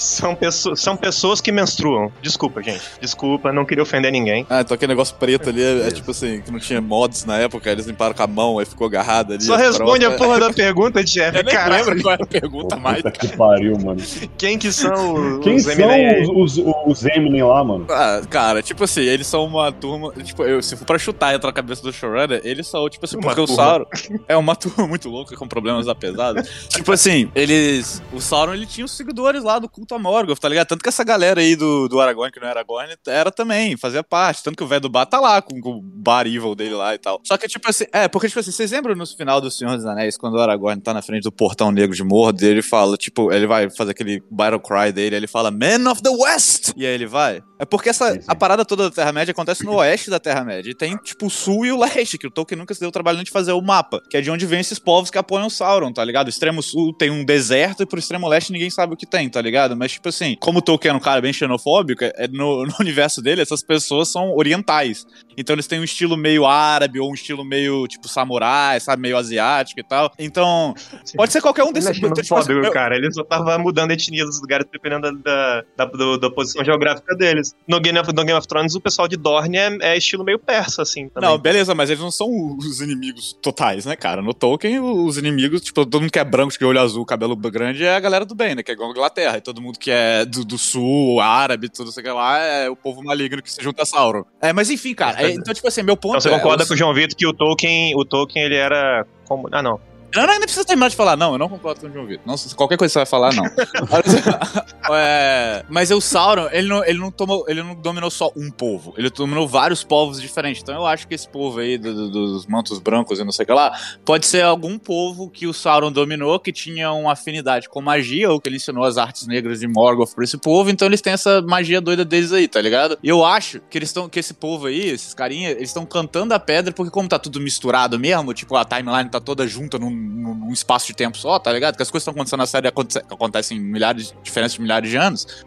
São pessoas que menstruam. Desculpa, gente. Desculpa, não queria ofender ninguém. Então aquele negócio preto ali é tipo assim, que não tinha mods na época, eles limparam com a mão, aí ficou agarrado ali. Só responde a porra da pergunta, Jeff. Eu nem lembro qual era a pergunta mais. Puta que pariu, mano. Quem que são os Eminem? Os Eminem lá, mano? Cara, tipo assim, eles são uma turma. Tipo, se for pra chutar e entrar na cabeça do showrunner, eles são, tipo assim, porque o Sauron é uma turma muito louca com problemas pesados. Tipo assim, o Sauron, ele tinha os seguidores lá do culto a Morgoth, tá ligado? Tanto que essa galera aí do Aragorn, que não era Aragorn, era também, fazia parte. Tanto que o velho do bar tá lá, com o bar evil dele lá e tal. Só que, tipo assim, porque, tipo assim, vocês lembram no final do Senhor dos Anéis, quando o Aragorn tá na frente do portão negro de Mordor, ele fala, tipo, ele vai fazer aquele battle cry dele, ele fala, Men of the West! E aí ele vai. É porque a parada toda da Terra-média acontece no oeste da Terra-média. E tem, tipo, o sul e o leste, que o Tolkien nunca se deu o trabalho de fazer o mapa, que é de onde vem esses povos que apoiam o Sauron, tá ligado? O extremo sul tem um deserto e pro extremo leste ninguém sabe o que tem, tá ligado? Mas, tipo assim, como o Tolkien é um cara bem xenofóbico, no universo dele, essas pessoas são orientais. Então eles têm um estilo meio árabe ou um estilo meio, tipo, samurai, sabe? Meio asiático e tal. Então, pode ser qualquer um desses. Cara, ele só tava mudando a etnia dos lugares dependendo da posição geográfica deles. No Game of Thrones, o pessoal de Dorne é estilo meio persa, assim. Também. Não, beleza, mas eles não são os inimigos totais, né, cara? No Tolkien, os inimigos, tipo, todo mundo que é branco, de olho azul, cabelo grande, é a galera do bem, né? Que é igual a Inglaterra. E todo mundo que é do sul, árabe, tudo isso que lá, é o povo maligno que se junta a Sauron. Mas enfim, cara. Então, tipo assim, meu ponto então, você concorda com o João Vitor que o Tolkien, ele era... não. Eu não precisa terminar de falar, não. Eu não concordo com o João Vitor. Não, qualquer coisa que você vai falar, não. Mas o Sauron, ele não dominou só um povo. Ele dominou vários povos diferentes. Então eu acho que esse povo aí dos mantos brancos e não sei o que lá, pode ser algum povo que o Sauron dominou, que tinha uma afinidade com magia, ou que ele ensinou as artes negras de Morgoth pra esse povo. Então eles têm essa magia doida deles aí, tá ligado? E eu acho que esse povo aí, esses carinha, eles estão cantando a pedra, porque como tá tudo misturado mesmo, tipo, a timeline tá toda junta num espaço de tempo só, tá ligado? Que as coisas estão acontecendo na série acontecem em diferença de milhares de anos.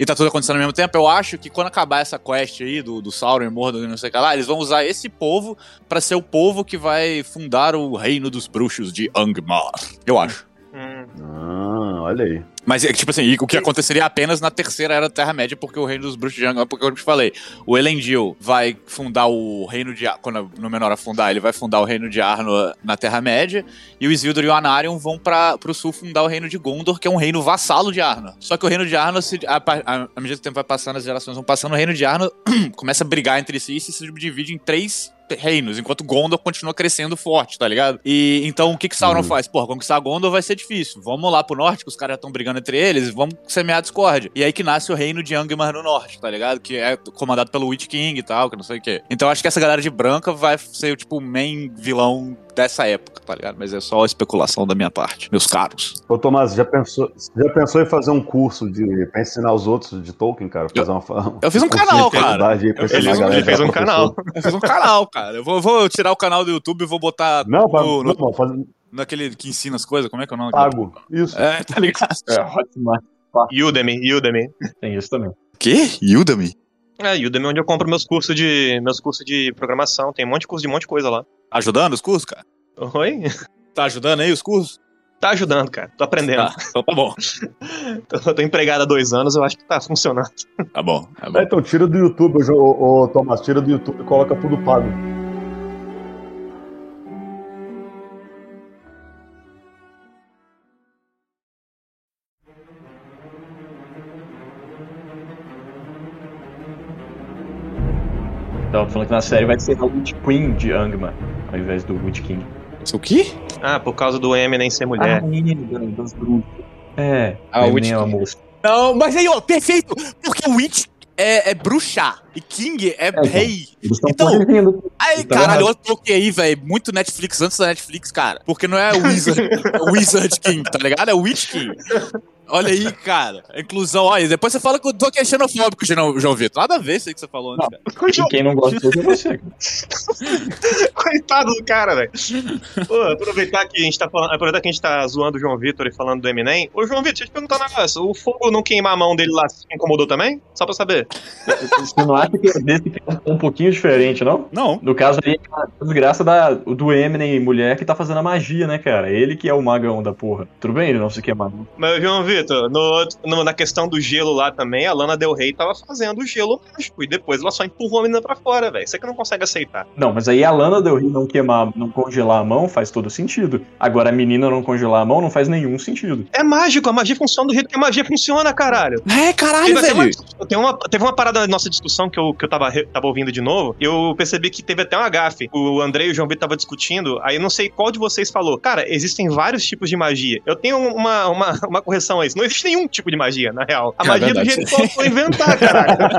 e tá tudo acontecendo ao mesmo tempo, eu acho que quando acabar essa quest aí do Sauron e Mordor e não sei o que lá, eles vão usar esse povo pra ser o povo que vai fundar o reino dos bruxos de Angmar. Eu acho. Olha aí. Mas, tipo assim, o que aconteceria apenas na terceira era da Terra-média, porque o reino dos bruxos de Angmar, porque eu te falei, o Elendil vai fundar o reino de... Quando o Númenor afundar, ele vai fundar o reino de Arnor na Terra-média, e o Isildur e o Anarion vão pro sul fundar o reino de Gondor, que é um reino vassalo de Arnor. Só que o reino de Arnor, à medida que o tempo vai passando, as gerações vão passando, o reino de Arnor começa a brigar entre si e se subdivide em 3 reinos, enquanto Gondor continua crescendo forte, tá ligado? E então o que Sauron faz? Porra, conquistar Gondor vai ser difícil. Vamos lá pro norte, que os caras já estão brigando entre eles, vamos semear a discórdia. E aí que nasce o reino de Angmar no norte, tá ligado? Que é comandado pelo Witch King e tal, que não sei o quê. Então acho que essa galera de branca vai ser, tipo, o main vilão dessa época, tá ligado? Mas é só especulação da minha parte, meus caros. Ô, Tomás, já pensou em fazer um curso pra ensinar os outros de Tolkien, cara? Eu fiz um canal, cara. Ele fez um canal. Eu fiz um canal, cara. Eu vou tirar o canal do YouTube e vou botar naquele que ensina as coisas, como é que é o nome? Pago. Isso. É, tá ligado? Hotmart. Udemy. Tem isso também. Quê? Udemy? Udemy é onde eu compro meus cursos de programação. Tem um monte de monte de coisa lá. Tá ajudando os cursos, cara? Oi? Tá ajudando aí os cursos? Tá ajudando, cara. Tô aprendendo. Tá, então tá bom. Tô empregado há 2 anos, eu acho que tá funcionando. Tá bom. Então tira do YouTube, Tomás, tira do YouTube e coloca tudo pago. Tava falando que na série vai ser a Witch Queen de Angmar, ao invés do Witch King. Isso o quê? Por causa do Eminem ser mulher. Das bruxas. A Witch é uma King. moça. Não, mas aí, ó, perfeito! Porque o Witch é bruxa e King é rei. Então, aí, caralho, eu toquei aí, velho, muito Netflix antes da Netflix, cara. Porque não é Wizard King, tá ligado? É Witch King. Olha aí, cara. A inclusão, olha, depois você fala que eu tô aqui xenofóbico, João Vitor. Nada a ver isso aí que você falou antes, cara. E quem não gosta disso é você. Coitado do cara, velho. Aproveitar que a gente tá zoando o João Vitor e falando do Eminem. Ô, João Vitor, deixa eu te perguntar um negócio. O fogo não queimar a mão dele lá se incomodou também? Só pra saber. Você não acha que desse é um pouquinho diferente, não? Não. No caso aí, a desgraça do Eminem mulher que tá fazendo a magia, né, cara? Ele que é o magão da porra. Tudo bem ele não se queimar. Mas, João Vitor, na questão do gelo lá também, a Lana Del Rey tava fazendo o gelo mágico. E depois ela só empurrou a menina pra fora, velho. Você que não consegue aceitar. Não, mas aí a Lana Del Rey não congelar a mão faz todo sentido. Agora a menina não congelar a mão não faz nenhum sentido. É mágico, a magia funciona do jeito que a magia funciona, caralho. Caralho, velho. Teve uma parada da nossa discussão que eu tava ouvindo de novo, eu percebi que teve até uma gafe. O André e o João Vitor estavam discutindo, aí eu não sei qual de vocês falou. Cara, existem vários tipos de magia. Eu tenho uma correção a isso. Não existe nenhum tipo de magia, na real. A magia é do jeito que eu vou inventar, caralho.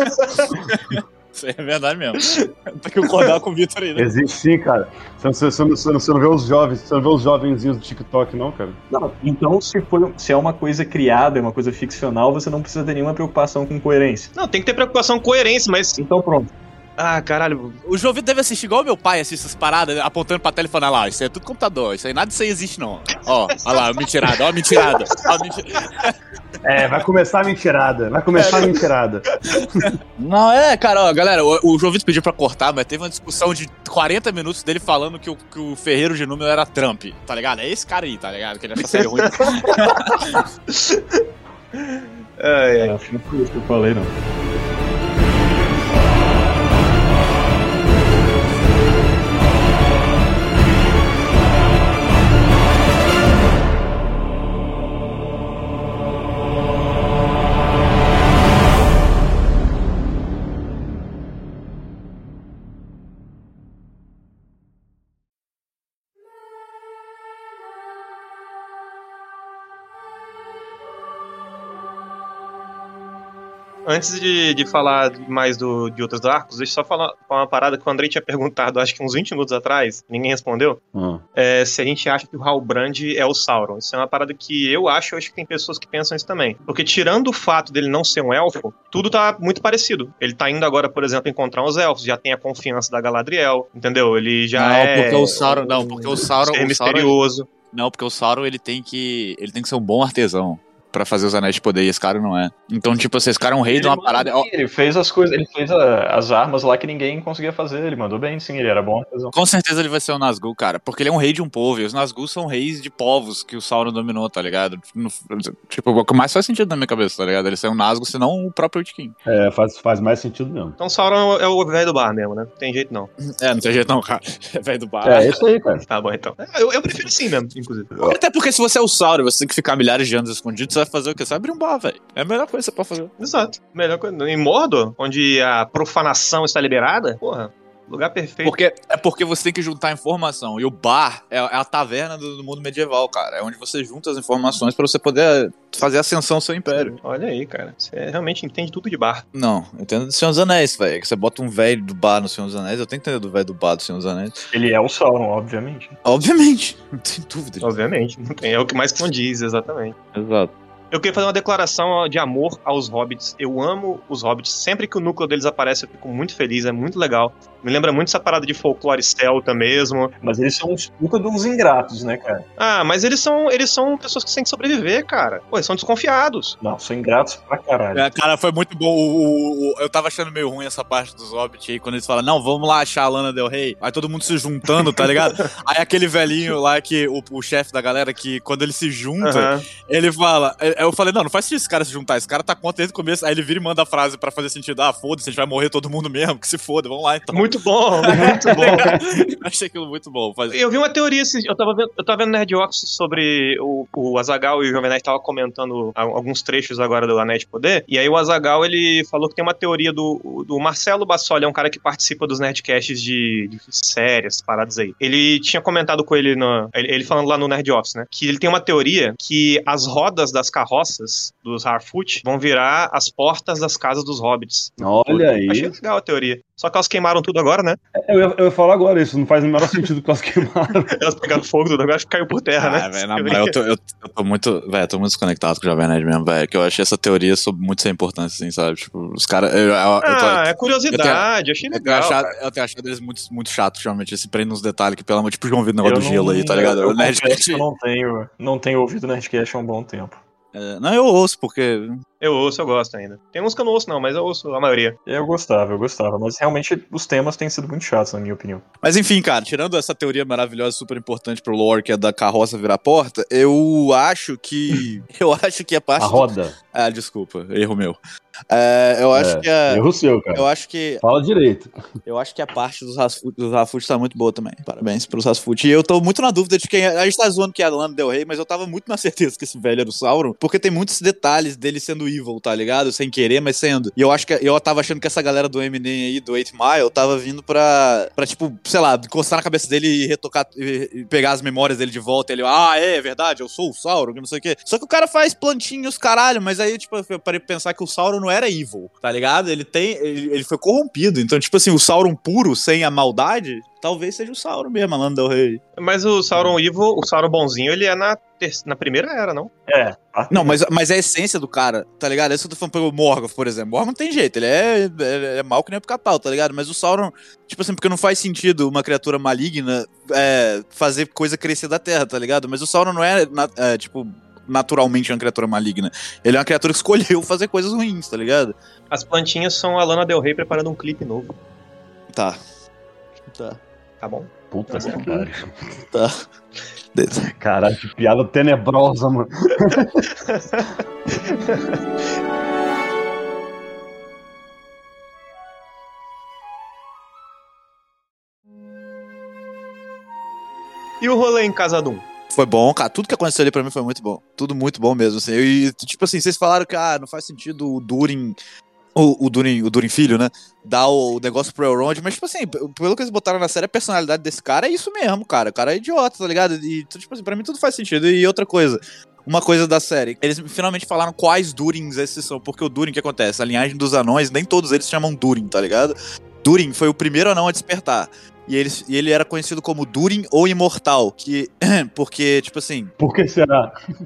Isso aí é verdade mesmo. Tem que concordar com o Vitor aí, né? Existe sim, cara. Você não vê os jovenzinhos do TikTok, não, cara? Não, então se é uma coisa criada, é uma coisa ficcional, você não precisa ter nenhuma preocupação com coerência. Não, tem que ter preocupação com coerência, mas... Então pronto. Caralho. O João Vitor deve assistir igual meu pai assiste essas paradas, apontando pra tela e falando, lá, isso aí é tudo computador, isso aí nada disso aí existe, não. Ó lá, mentirada, ó, mentirada. Vai começar a mentirada. Não, cara, ó, galera, o João Vitor pediu pra cortar, mas teve uma discussão de 40 minutos dele falando que o Ferreiro de Número era Trump, tá ligado? É esse cara aí, tá ligado? Que ele acha série ruim. Acho que não foi isso que eu falei, não. Antes de falar mais de outros arcos, deixa eu só falar uma parada que o Andrei tinha perguntado, acho que uns 20 minutos atrás, ninguém respondeu. Se a gente acha que o Halbrand é o Sauron. Isso é uma parada que eu acho que tem pessoas que pensam isso também. Porque tirando o fato dele não ser um elfo, tudo tá muito parecido. Ele tá indo agora, por exemplo, encontrar os elfos, já tem a confiança da Galadriel, entendeu? Ele já porque o Sauron misterioso. Não, porque o Sauron ele tem que ser um bom artesão. pra fazer os Anéis de Poder, e esse cara não é. Então, tipo assim, esse cara é um rei de uma parada... Ele fez as coisas, ele fez as armas lá que ninguém conseguia fazer, ele mandou bem, sim, ele era bom. Com certeza ele vai ser o Nazgûl, cara, porque ele é um rei de um povo, e os Nazgûl são reis de povos que o Sauron dominou, tá ligado? Tipo, o que mais faz sentido na minha cabeça, tá ligado? Ele ser um Nazgûl, senão o próprio Witch King. Faz mais sentido mesmo. Então Sauron é o velho do bar mesmo, né? Não tem jeito não. Não tem jeito não, cara. É velho do bar. É isso aí, cara. Tá bom, então. Eu prefiro sim mesmo, inclusive. Até porque se você é o Sauron, você tem que ficar milhares de anos escondido, você vai fazer o quê? Você vai abrir um bar, velho. É a melhor coisa que você pode fazer. Exato. Melhor coisa. Em Mordor, onde a profanação está liberada, porra, lugar perfeito. Porque você tem que juntar informação. E o bar é a taverna do mundo medieval, cara. É onde você junta as informações pra você poder fazer ascensão ao seu império. Olha aí, cara. Você realmente entende tudo de bar. Não, eu entendo do Senhor dos Anéis, velho. Que você bota um velho do bar no Senhor dos Anéis, eu tenho que entender do velho do bar do Senhor dos Anéis. Ele é o Sauron, obviamente. Obviamente. Não tem dúvida. Obviamente. Não tem. É o que mais condiz, exatamente. Exato. Eu queria fazer uma declaração de amor aos hobbits. Eu amo os hobbits. Sempre que o núcleo deles aparece, eu fico muito feliz. É muito legal. Me lembra muito essa parada de folclore celta mesmo. Mas eles são uns puta de uns ingratos, né, cara? Ah, mas eles são pessoas que têm que sobreviver, cara. Pô, eles são desconfiados. Não, são ingratos pra caralho. Cara, foi muito bom. Eu tava achando meio ruim essa parte dos hobbits aí, quando eles falam, não, vamos lá achar a Lana Del Rey. Aí todo mundo se juntando, tá ligado? Aí aquele velhinho lá, que o chefe da galera, que quando ele se junta, ele fala... Eu falei, não faz sentido esse cara se juntar. Esse cara tá contra desde o começo. Aí ele vira e manda a frase pra fazer sentido. Ah, foda-se, a gente vai morrer todo mundo mesmo, que se foda, vamos lá então. Muito bom, muito bom. Achei aquilo muito bom. Eu vi uma teoria, eu tava vendo Nerd Office sobre o Azaghal, e o Jovem Nerd tava comentando alguns trechos agora do Anéis de Poder, e aí o Azaghal, ele falou que tem uma teoria do Marcelo Bassoli, é um cara que participa dos Nerdcasts de séries, paradas aí. Ele tinha comentado com ele, ele falando lá no Nerd Office, né, que ele tem uma teoria que as rodas das carroças dos Harfoot vão virar as portas das casas dos hobbits. Olha aí. Achei legal a teoria. Só que elas queimaram tudo agora, né? Eu ia falar agora, isso não faz o menor sentido que elas queimaram. Elas pegaram fogo, tudo agora caiu por terra, né? Véio, na moral, eu tô muito desconectado com o Jovem Nerd mesmo, velho. Que eu achei essa teoria muito sem importância, assim, sabe? Tipo, os caras. É curiosidade, achei legal. Eu tenho achado eles muito chatos, realmente. Esse prende nos detalhes que, pelo amor de Deus, tipo, ouvido o negócio do gelo aí, tá ligado? Eu não tenho ouvido Nerdcast há um bom tempo. Não, eu ouço, porque... Eu ouço, eu gosto ainda. Tem uns que eu não ouço não, mas eu ouço a maioria. Eu gostava, mas realmente os temas têm sido muito chatos, na minha opinião. Mas enfim, cara, tirando essa teoria maravilhosa, super importante pro lore, que é da carroça virar porta, eu acho que a parte... A roda. Desculpa, erro meu. Eu acho que erro seu, cara. Eu acho que... Fala direito. Eu acho que a parte dos Harfoot tá muito boa também. Parabéns pros Harfoot. E eu tô muito na dúvida de quem... A gente tá zoando que é a Lana Del Rey, mas eu tava muito na certeza que esse velho era o Sauron, porque tem muitos detalhes dele sendo evil, tá ligado? Sem querer, mas sendo. E eu acho que eu tava achando que essa galera do Eminem aí, do 8 Mile, tava vindo pra tipo, sei lá, encostar na cabeça dele e retocar, e pegar as memórias dele de volta. E ele, é verdade, eu sou o Sauron, não sei o quê. Só que o cara faz plantinhos, caralho, mas aí, tipo, eu parei pra pensar que o Sauron não era evil, tá ligado? Ele foi corrompido. Então, tipo assim, o Sauron puro, sem a maldade, talvez seja o Sauron mesmo, a Lana Del Rey. Mas o Sauron evil, o Sauron bonzinho, ele é na primeira era, não? Não, mas é a essência do cara, tá ligado? É isso que eu tô falando pelo Morgoth, por exemplo. Morgoth não tem jeito, ele é mal que nem o pica-pau, tá ligado? Mas o Sauron, tipo assim, porque não faz sentido uma criatura maligna fazer coisa crescer da terra, tá ligado? Mas o Sauron não tipo, naturalmente uma criatura maligna. Ele é uma criatura que escolheu fazer coisas ruins, tá ligado? As plantinhas são a Lana Del Rey preparando um clipe novo. Tá bom? Puta que pariu. Tá. Caralho, que piada tenebrosa, mano. E o rolê em Casa Dum? Foi bom, cara. Tudo que aconteceu ali pra mim foi muito bom. Tudo muito bom mesmo, assim. E, tipo assim, vocês falaram que não faz sentido o Durin... O Durin filho, né? Dar o negócio pro Elrond, mas, tipo assim, pelo que eles botaram na série, a personalidade desse cara é isso mesmo, cara. O cara é idiota, tá ligado? E, tipo assim, pra mim tudo faz sentido. E outra coisa, uma coisa da série, eles finalmente falaram quais Durins esses são, porque o Durin, o que acontece? A linhagem dos anões, nem todos eles chamam Durin, tá ligado? Durin foi o primeiro anão a despertar. E ele era conhecido como Durin ou Imortal, porque, tipo assim... Por que será?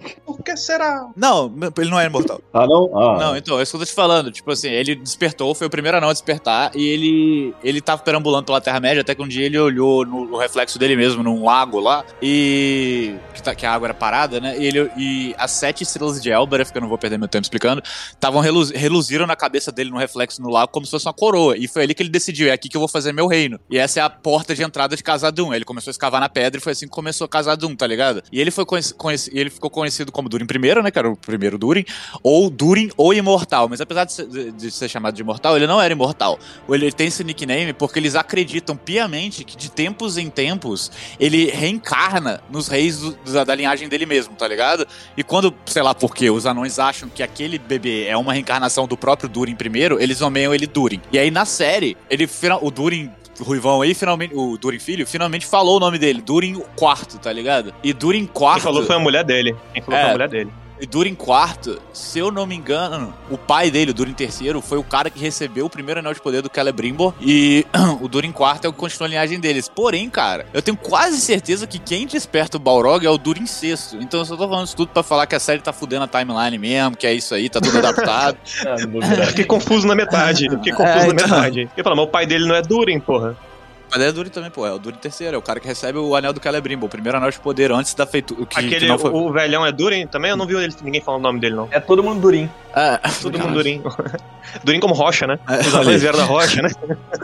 que será? Não, ele não é imortal. Ah, não? Ah. Não, então, é isso que eu tô te falando. Tipo assim, ele despertou, foi o primeiro anão a despertar, e ele tava perambulando pela Terra-média, até que um dia ele olhou no reflexo dele mesmo, num lago lá, e... que a água era parada, né? E as 7 estrelas de Elbereth, que eu não vou perder meu tempo explicando, estavam reluziram na cabeça dele no reflexo no lago como se fosse uma coroa. E foi ali que ele decidiu, é aqui que eu vou fazer meu reino. E essa é a porta de entrada de Khazad-dûm. Ele começou a escavar na pedra e foi assim que começou Khazad-dûm, tá ligado? E ele ele ficou conhecido como Durin I, né? Que era o primeiro Durin, ou Durin ou Imortal. Mas apesar de ser chamado de Imortal, ele não era imortal. Ele tem esse nickname porque eles acreditam piamente que de tempos em tempos ele reencarna nos reis da linhagem dele mesmo, tá ligado? E quando, sei lá por quê, os anões acham que aquele bebê é uma reencarnação do próprio Durin I, eles nomeiam ele Durin. E aí na série, o Durin Ruivão aí, finalmente, o Durin filho, finalmente falou o nome dele, Durin IV, tá ligado? E Durin IV... Quem falou foi a mulher dele. E Durin IV, se eu não me engano, o pai dele, o Durin III, foi o cara que recebeu o primeiro anel de poder do Celebrimbor, e o Durin IV é o que continua a linhagem deles. Porém, cara, eu tenho quase certeza que quem desperta o Balrog é o Durin VI. Então eu só tô falando isso tudo pra falar que a série tá fudendo a timeline mesmo, que é isso aí, tá tudo adaptado. Eu fiquei confuso na metade. Eu falo, mas o pai dele não é Durin, porra. Mas é Durin também, pô. É o Durin III, é o cara que recebe o anel do Celebrimbor, o primeiro anel de poder antes da feitura. O velhão é Durin também? Eu não vi ninguém falando o nome dele, não. É todo mundo Durin. Todo mundo Durin. Durin como rocha, né? Os anões vieram da rocha, né?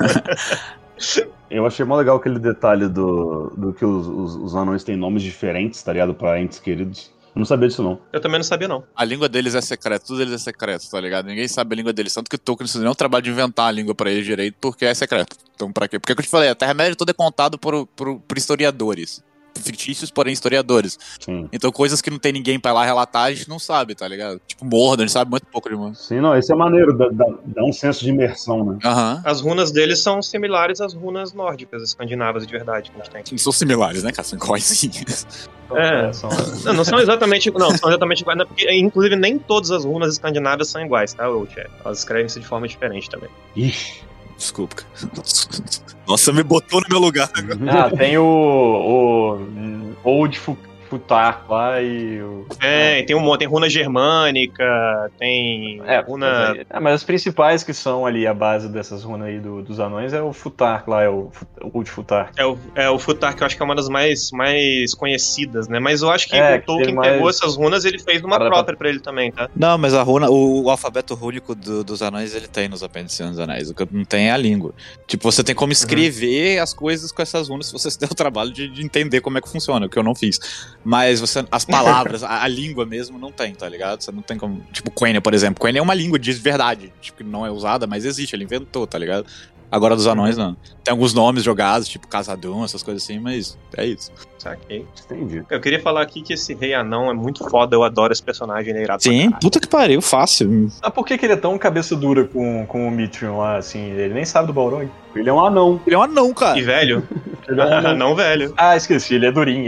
Eu achei mó legal aquele detalhe do que os anões têm nomes diferentes, tá ligado? Pra entes queridos. Eu não sabia disso, não. Eu também não sabia, não. A língua deles é secreta, tudo deles é secreto, tá ligado? Ninguém sabe a língua deles, tanto que o Tolkien não fez nenhum trabalho de inventar a língua pra eles direito, porque é secreto. Então pra quê? Porque, como eu te falei, a Terra-média toda é contado por historiadores. Fictícios, porém historiadores. Sim. Então coisas que não tem ninguém pra ir lá relatar, a gente não sabe, tá ligado? Tipo Mordor, a gente sabe muito pouco de Mordor. Sim, não, isso é maneiro, dá um senso de imersão, né? As runas deles são similares às runas nórdicas, escandinavas de verdade que a gente tem. Sim, são similares, né, cara? São iguaizinhas. Não são exatamente iguais, porque inclusive nem todas as runas escandinavas são iguais, tá, Chat? Elas escrevem-se de forma diferente também. Ixi. Desculpa. Nossa, me botou no meu lugar agora. Tem o Old Futar lá e o... tem runa germânica, tem runa... Mas as principais que são ali a base dessas runas aí dos anões é o Futar lá, é o Old Futar. É o Futar, que eu acho que é uma das mais conhecidas, né? Mas eu acho que o Tolkien pegou essas runas e ele fez uma própria pra ele também, tá? Não, mas o alfabeto rúnico dos anões ele tem nos Apêndices dos Anéis. O que não tem é a língua. Tipo, você tem como escrever as coisas com essas runas se você se der o trabalho de entender como é que funciona, o que eu não fiz. Mas as palavras, a língua mesmo não tem, tá ligado? Você não tem como... Tipo, Quenya, por exemplo. Quenya é uma língua de verdade. Tipo, não é usada, mas existe. Ele inventou, tá ligado? Agora dos anões, não. Tem alguns nomes jogados, tipo Khazad-dûm, essas coisas assim, mas é isso. Saquei. Entendi. Eu queria falar aqui que esse rei anão é muito foda. Eu adoro esse personagem, ele é irado. Sim, puta que pariu, fácil. Por que ele é tão cabeça dura com o Mithril lá, assim? Ele nem sabe do Balrog. Ele é um anão. Ele é um anão, cara. E velho? Ele é um anão velho. Esqueci, ele é Durin.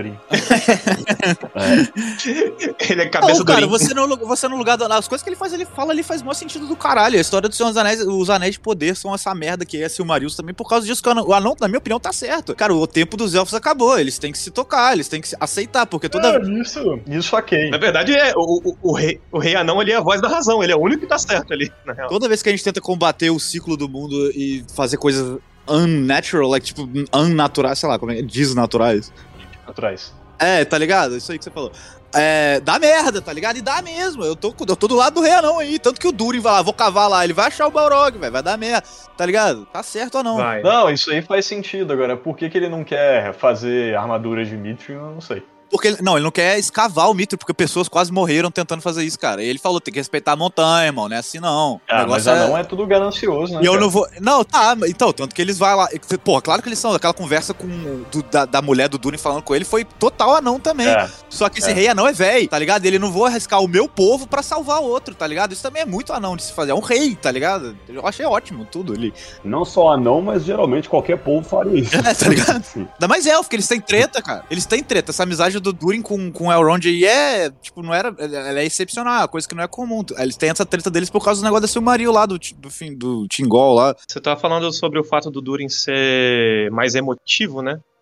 Ele é cabeça cara, Durin. você no lugar as coisas que ele fala ali faz maior sentido do caralho. A história do Senhor dos Anéis, os Anéis de Poder são essa merda que é Silmarils também, por causa disso que o anão, na minha opinião, tá certo. Cara, o tempo dos elfos acabou, eles têm que se tocar, eles têm que se aceitar, porque toda... Isso ok. Na verdade, o rei anão ali é a voz da razão, ele é o único que tá certo ali, na real. Toda vez que a gente tenta combater o ciclo do mundo e fazer coisas unnatural, tipo, unnaturais, sei lá, como é, desnaturais. Naturais. Tá ligado? Isso aí que você falou. Dá merda, tá ligado? E dá mesmo. Eu tô do lado do rei anão aí. Tanto que o Durin vai lá, vou cavar lá, ele vai achar o Balrog, vai dar merda. Tá ligado? Tá certo ou não? Vai. Não, isso aí faz sentido. Agora, por que ele não quer fazer armadura de Mithril, eu não sei. Porque ele não quer escavar o Mithril, porque pessoas quase morreram tentando fazer isso, cara. E ele falou, tem que respeitar a montanha, irmão, não é assim não. Mas anão é tudo ganancioso, né? E eu não vou... Não, tá, então, tanto que eles vão lá... Porra, claro que eles são... Aquela conversa da mulher do Durin falando com ele foi total anão também. Só que esse rei anão é velho, tá ligado? Ele não vou arriscar o meu povo pra salvar o outro, tá ligado? Isso também é muito anão de se fazer. É um rei, tá ligado? Eu achei ótimo tudo ali. Não só anão, mas geralmente qualquer povo faria isso. Tá ligado? Ainda mais elfo, porque eles têm treta, cara. Eles têm treta. Essa amizade do Durin com o Elrond aí tipo, não era... Ela é excepcional, coisa que não é comum. Eles têm essa treta deles por causa do negócio da Silmaril lá, do Thingol lá. Você tava falando sobre o fato do Durin ser mais emotivo, né?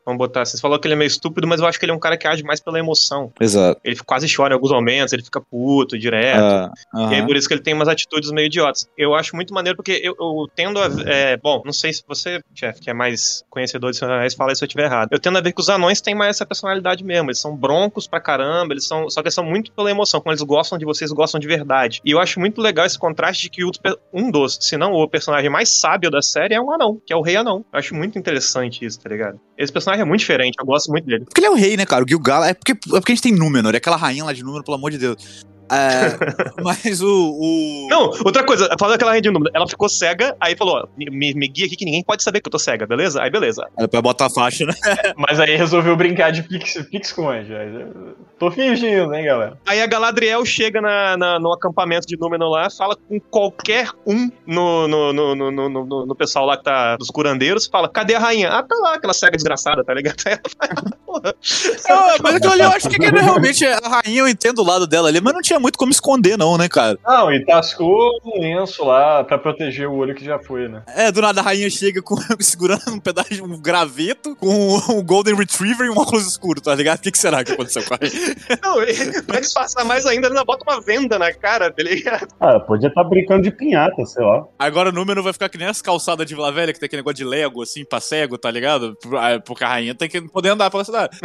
Vamos botar, você falou que ele é meio estúpido, mas eu acho que ele é um cara que age mais pela emoção. Exato. Ele quase chora em alguns momentos, ele fica puto direto. E aí por isso que ele tem umas atitudes meio idiotas. Eu acho muito maneiro porque eu tendo a... bom, não sei se você, Jeff, que é mais conhecedor de Senhor dos Anéis, fala se eu estiver errado. Eu tendo a ver que os anões têm mais essa personalidade mesmo. Eles são broncos pra caramba, só que eles são muito pela emoção. Quando eles gostam de vocês, gostam de verdade. E eu acho muito legal esse contraste de que se não o personagem mais sábio da série é um anão, que é o Rei Anão. Eu acho muito interessante isso, tá ligado? Esse personagem é muito diferente, eu gosto muito dele. Porque ele é o rei, né, cara? O Gil-galad... É porque a gente tem Númenor, é aquela rainha lá de Númenor, pelo amor de Deus. Mas Não, outra coisa, falando daquela rainha de Númenor, ela ficou cega, aí falou, ó, me guia aqui que ninguém pode saber que eu tô cega, beleza? Aí beleza. Era pra botar a faixa, né? Mas aí resolveu brincar de Pix com anjo. Tô fingindo, hein, galera? Aí a Galadriel chega no acampamento de Númenor lá, fala com qualquer um no pessoal lá que tá dos curandeiros, fala, cadê a rainha? Ah, tá lá, aquela cega desgraçada, tá ligado? Aí ela fala, porra. Mas aquilo ali eu acho que realmente a rainha, eu entendo o lado dela ali, mas não tinha muito como esconder, não, né, cara? Não, e tascou um lenço lá pra proteger o olho que já foi, né? Do nada a rainha chega segurando um pedaço de um graveto com um Golden Retriever e um óculos escuro, tá ligado? O que será que aconteceu com a rainha? Não, pra disfarçar mais ainda, ela bota uma venda na cara, tá ligado? Podia estar brincando de pinhata, sei lá. Agora o Númenor vai ficar que nem as calçadas de Vila Velha, que tem aquele negócio de Lego, assim, pra cego, tá ligado? Porque a rainha tem que poder andar pela cidade.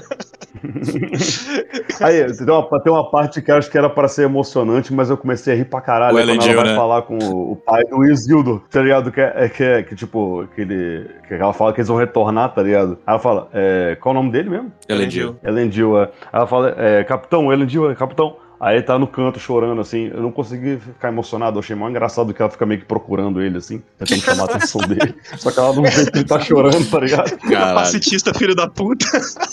Aí, tem uma parte que eu acho que era pra ser emocionante, mas eu comecei a rir pra caralho quando ela vai falar com o pai do Isildur, tá ligado? Que tipo, que ela fala que eles vão retornar, tá ligado? Aí ela fala, qual é o nome dele mesmo? Elendil. Elendil, Aí ela fala, capitão, Elendil, capitão. Aí ele tá no canto chorando, assim. Eu não consegui ficar emocionado. Eu achei mais engraçado que ela fica meio que procurando ele, assim, tentando chamar a atenção dele. Só que ela não vê que ele tá chorando, tá ligado? Capacitista, filho da puta.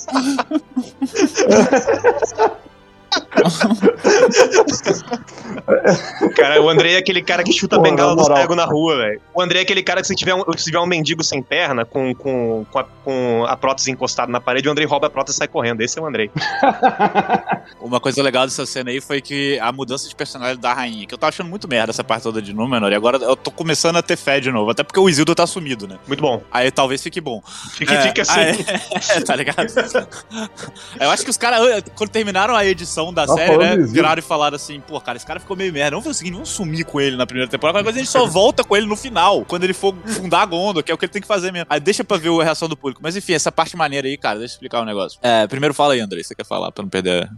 Cara, o Andrei é aquele cara que chuta a bengala dos cegos na rua, velho. O Andrei é aquele cara que se tiver um mendigo sem perna, com a prótese encostada na parede, o Andrei rouba a prótese e sai correndo. Esse é o Andrei. Uma coisa legal dessa cena aí foi que a mudança de personalidade da rainha, que eu tava achando muito merda essa parte toda de Númenor, e agora eu tô começando a ter fé de novo, até porque o Isildur tá sumido, né? Muito bom. Aí talvez fique bom. Fique assim. Tá ligado? Eu acho que os caras, quando terminaram a edição da série, né, viraram e falaram assim, pô, cara, esse cara ficou meio merda, vamos fazer o seguinte, vamos sumir com ele na primeira temporada, mas a gente só volta com ele no final, quando ele for fundar a Gondor, que é o que ele tem que fazer mesmo. Aí deixa pra ver a reação do público. Mas enfim, essa parte maneira aí, cara, deixa eu explicar um negócio. Primeiro fala aí, Andrei, você quer falar, pra não perder...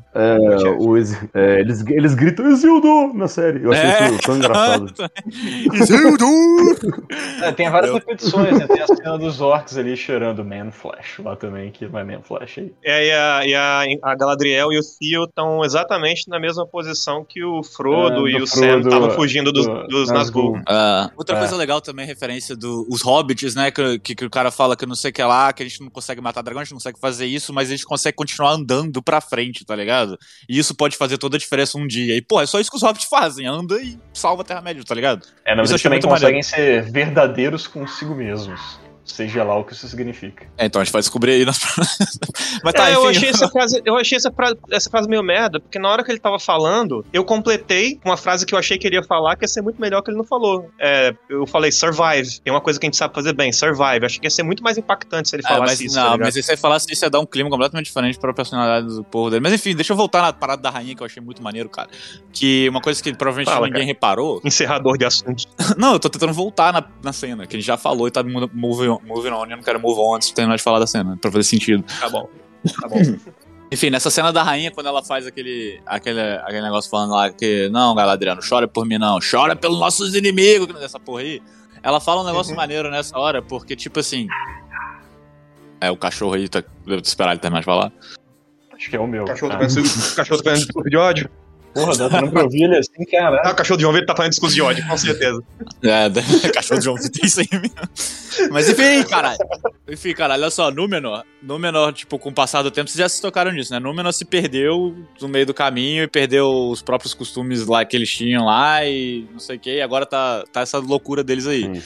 Eles gritam Isildur na série. Eu achei isso tão engraçado. Isildur! Tem várias repetições, né? Tem a cena dos orcs ali cheirando Man-Flash lá também, que vai Man-Flash aí. E a Galadriel e o Theo estão exatamente na mesma posição que o Frodo e o Sam estavam fugindo dos Nazgûl. Outra coisa legal também, referência dos Hobbits, né? Que o cara fala que não sei o que lá, que a gente não consegue matar dragão, a gente não consegue fazer isso, mas a gente consegue continuar andando pra frente, tá ligado? E isso pode fazer toda a diferença um dia. E, pô, é só isso que os Hobbits fazem, anda e salva a Terra-média, tá ligado? Mas eles também conseguem ser verdadeiros consigo mesmos. Seja lá o que isso significa. Então a gente vai descobrir aí nas Mas tá, eu achei essa frase meio merda, porque na hora que ele tava falando, eu completei uma frase que eu achei que ele ia falar, que ia ser muito melhor que ele não falou. Eu falei survive. Tem uma coisa que a gente sabe fazer bem, survive. Achei que ia ser muito mais impactante se ele falasse isso. Não, mas se ele falasse isso, ia dar um clima completamente diferente pra personalidade do povo dele. Mas enfim, deixa eu voltar na parada da rainha, que eu achei muito maneiro, cara. Que uma coisa que provavelmente ninguém reparou... Encerrador de assunto. Não, eu tô tentando voltar na cena, que a gente já falou e tá moving on, eu não quero move on antes de terminar de falar da cena, pra fazer sentido. Tá bom. Enfim, nessa cena da rainha, quando ela faz aquele negócio falando lá que, não, Galadriel, não chora por mim não, chora pelos nossos inimigos, dessa porra aí, ela fala um negócio maneiro nessa hora, porque tipo assim, o cachorro aí, devo esperar ele terminar de falar. Acho que é o meu. O cachorro tá fazendo discurso de ódio. Porra, dá pra não ouvir ele assim, caralho. O cachorro de João Vitor tá falando discurso de ódio, com certeza. Cachorro de João Vitor, isso aí mesmo. Mas enfim, caralho, olha só, Númenor, tipo, com o passar do tempo, vocês já se tocaram nisso, né? Númenor se perdeu no meio do caminho e perdeu os próprios costumes lá que eles tinham lá e não sei o que, e agora tá essa loucura deles aí.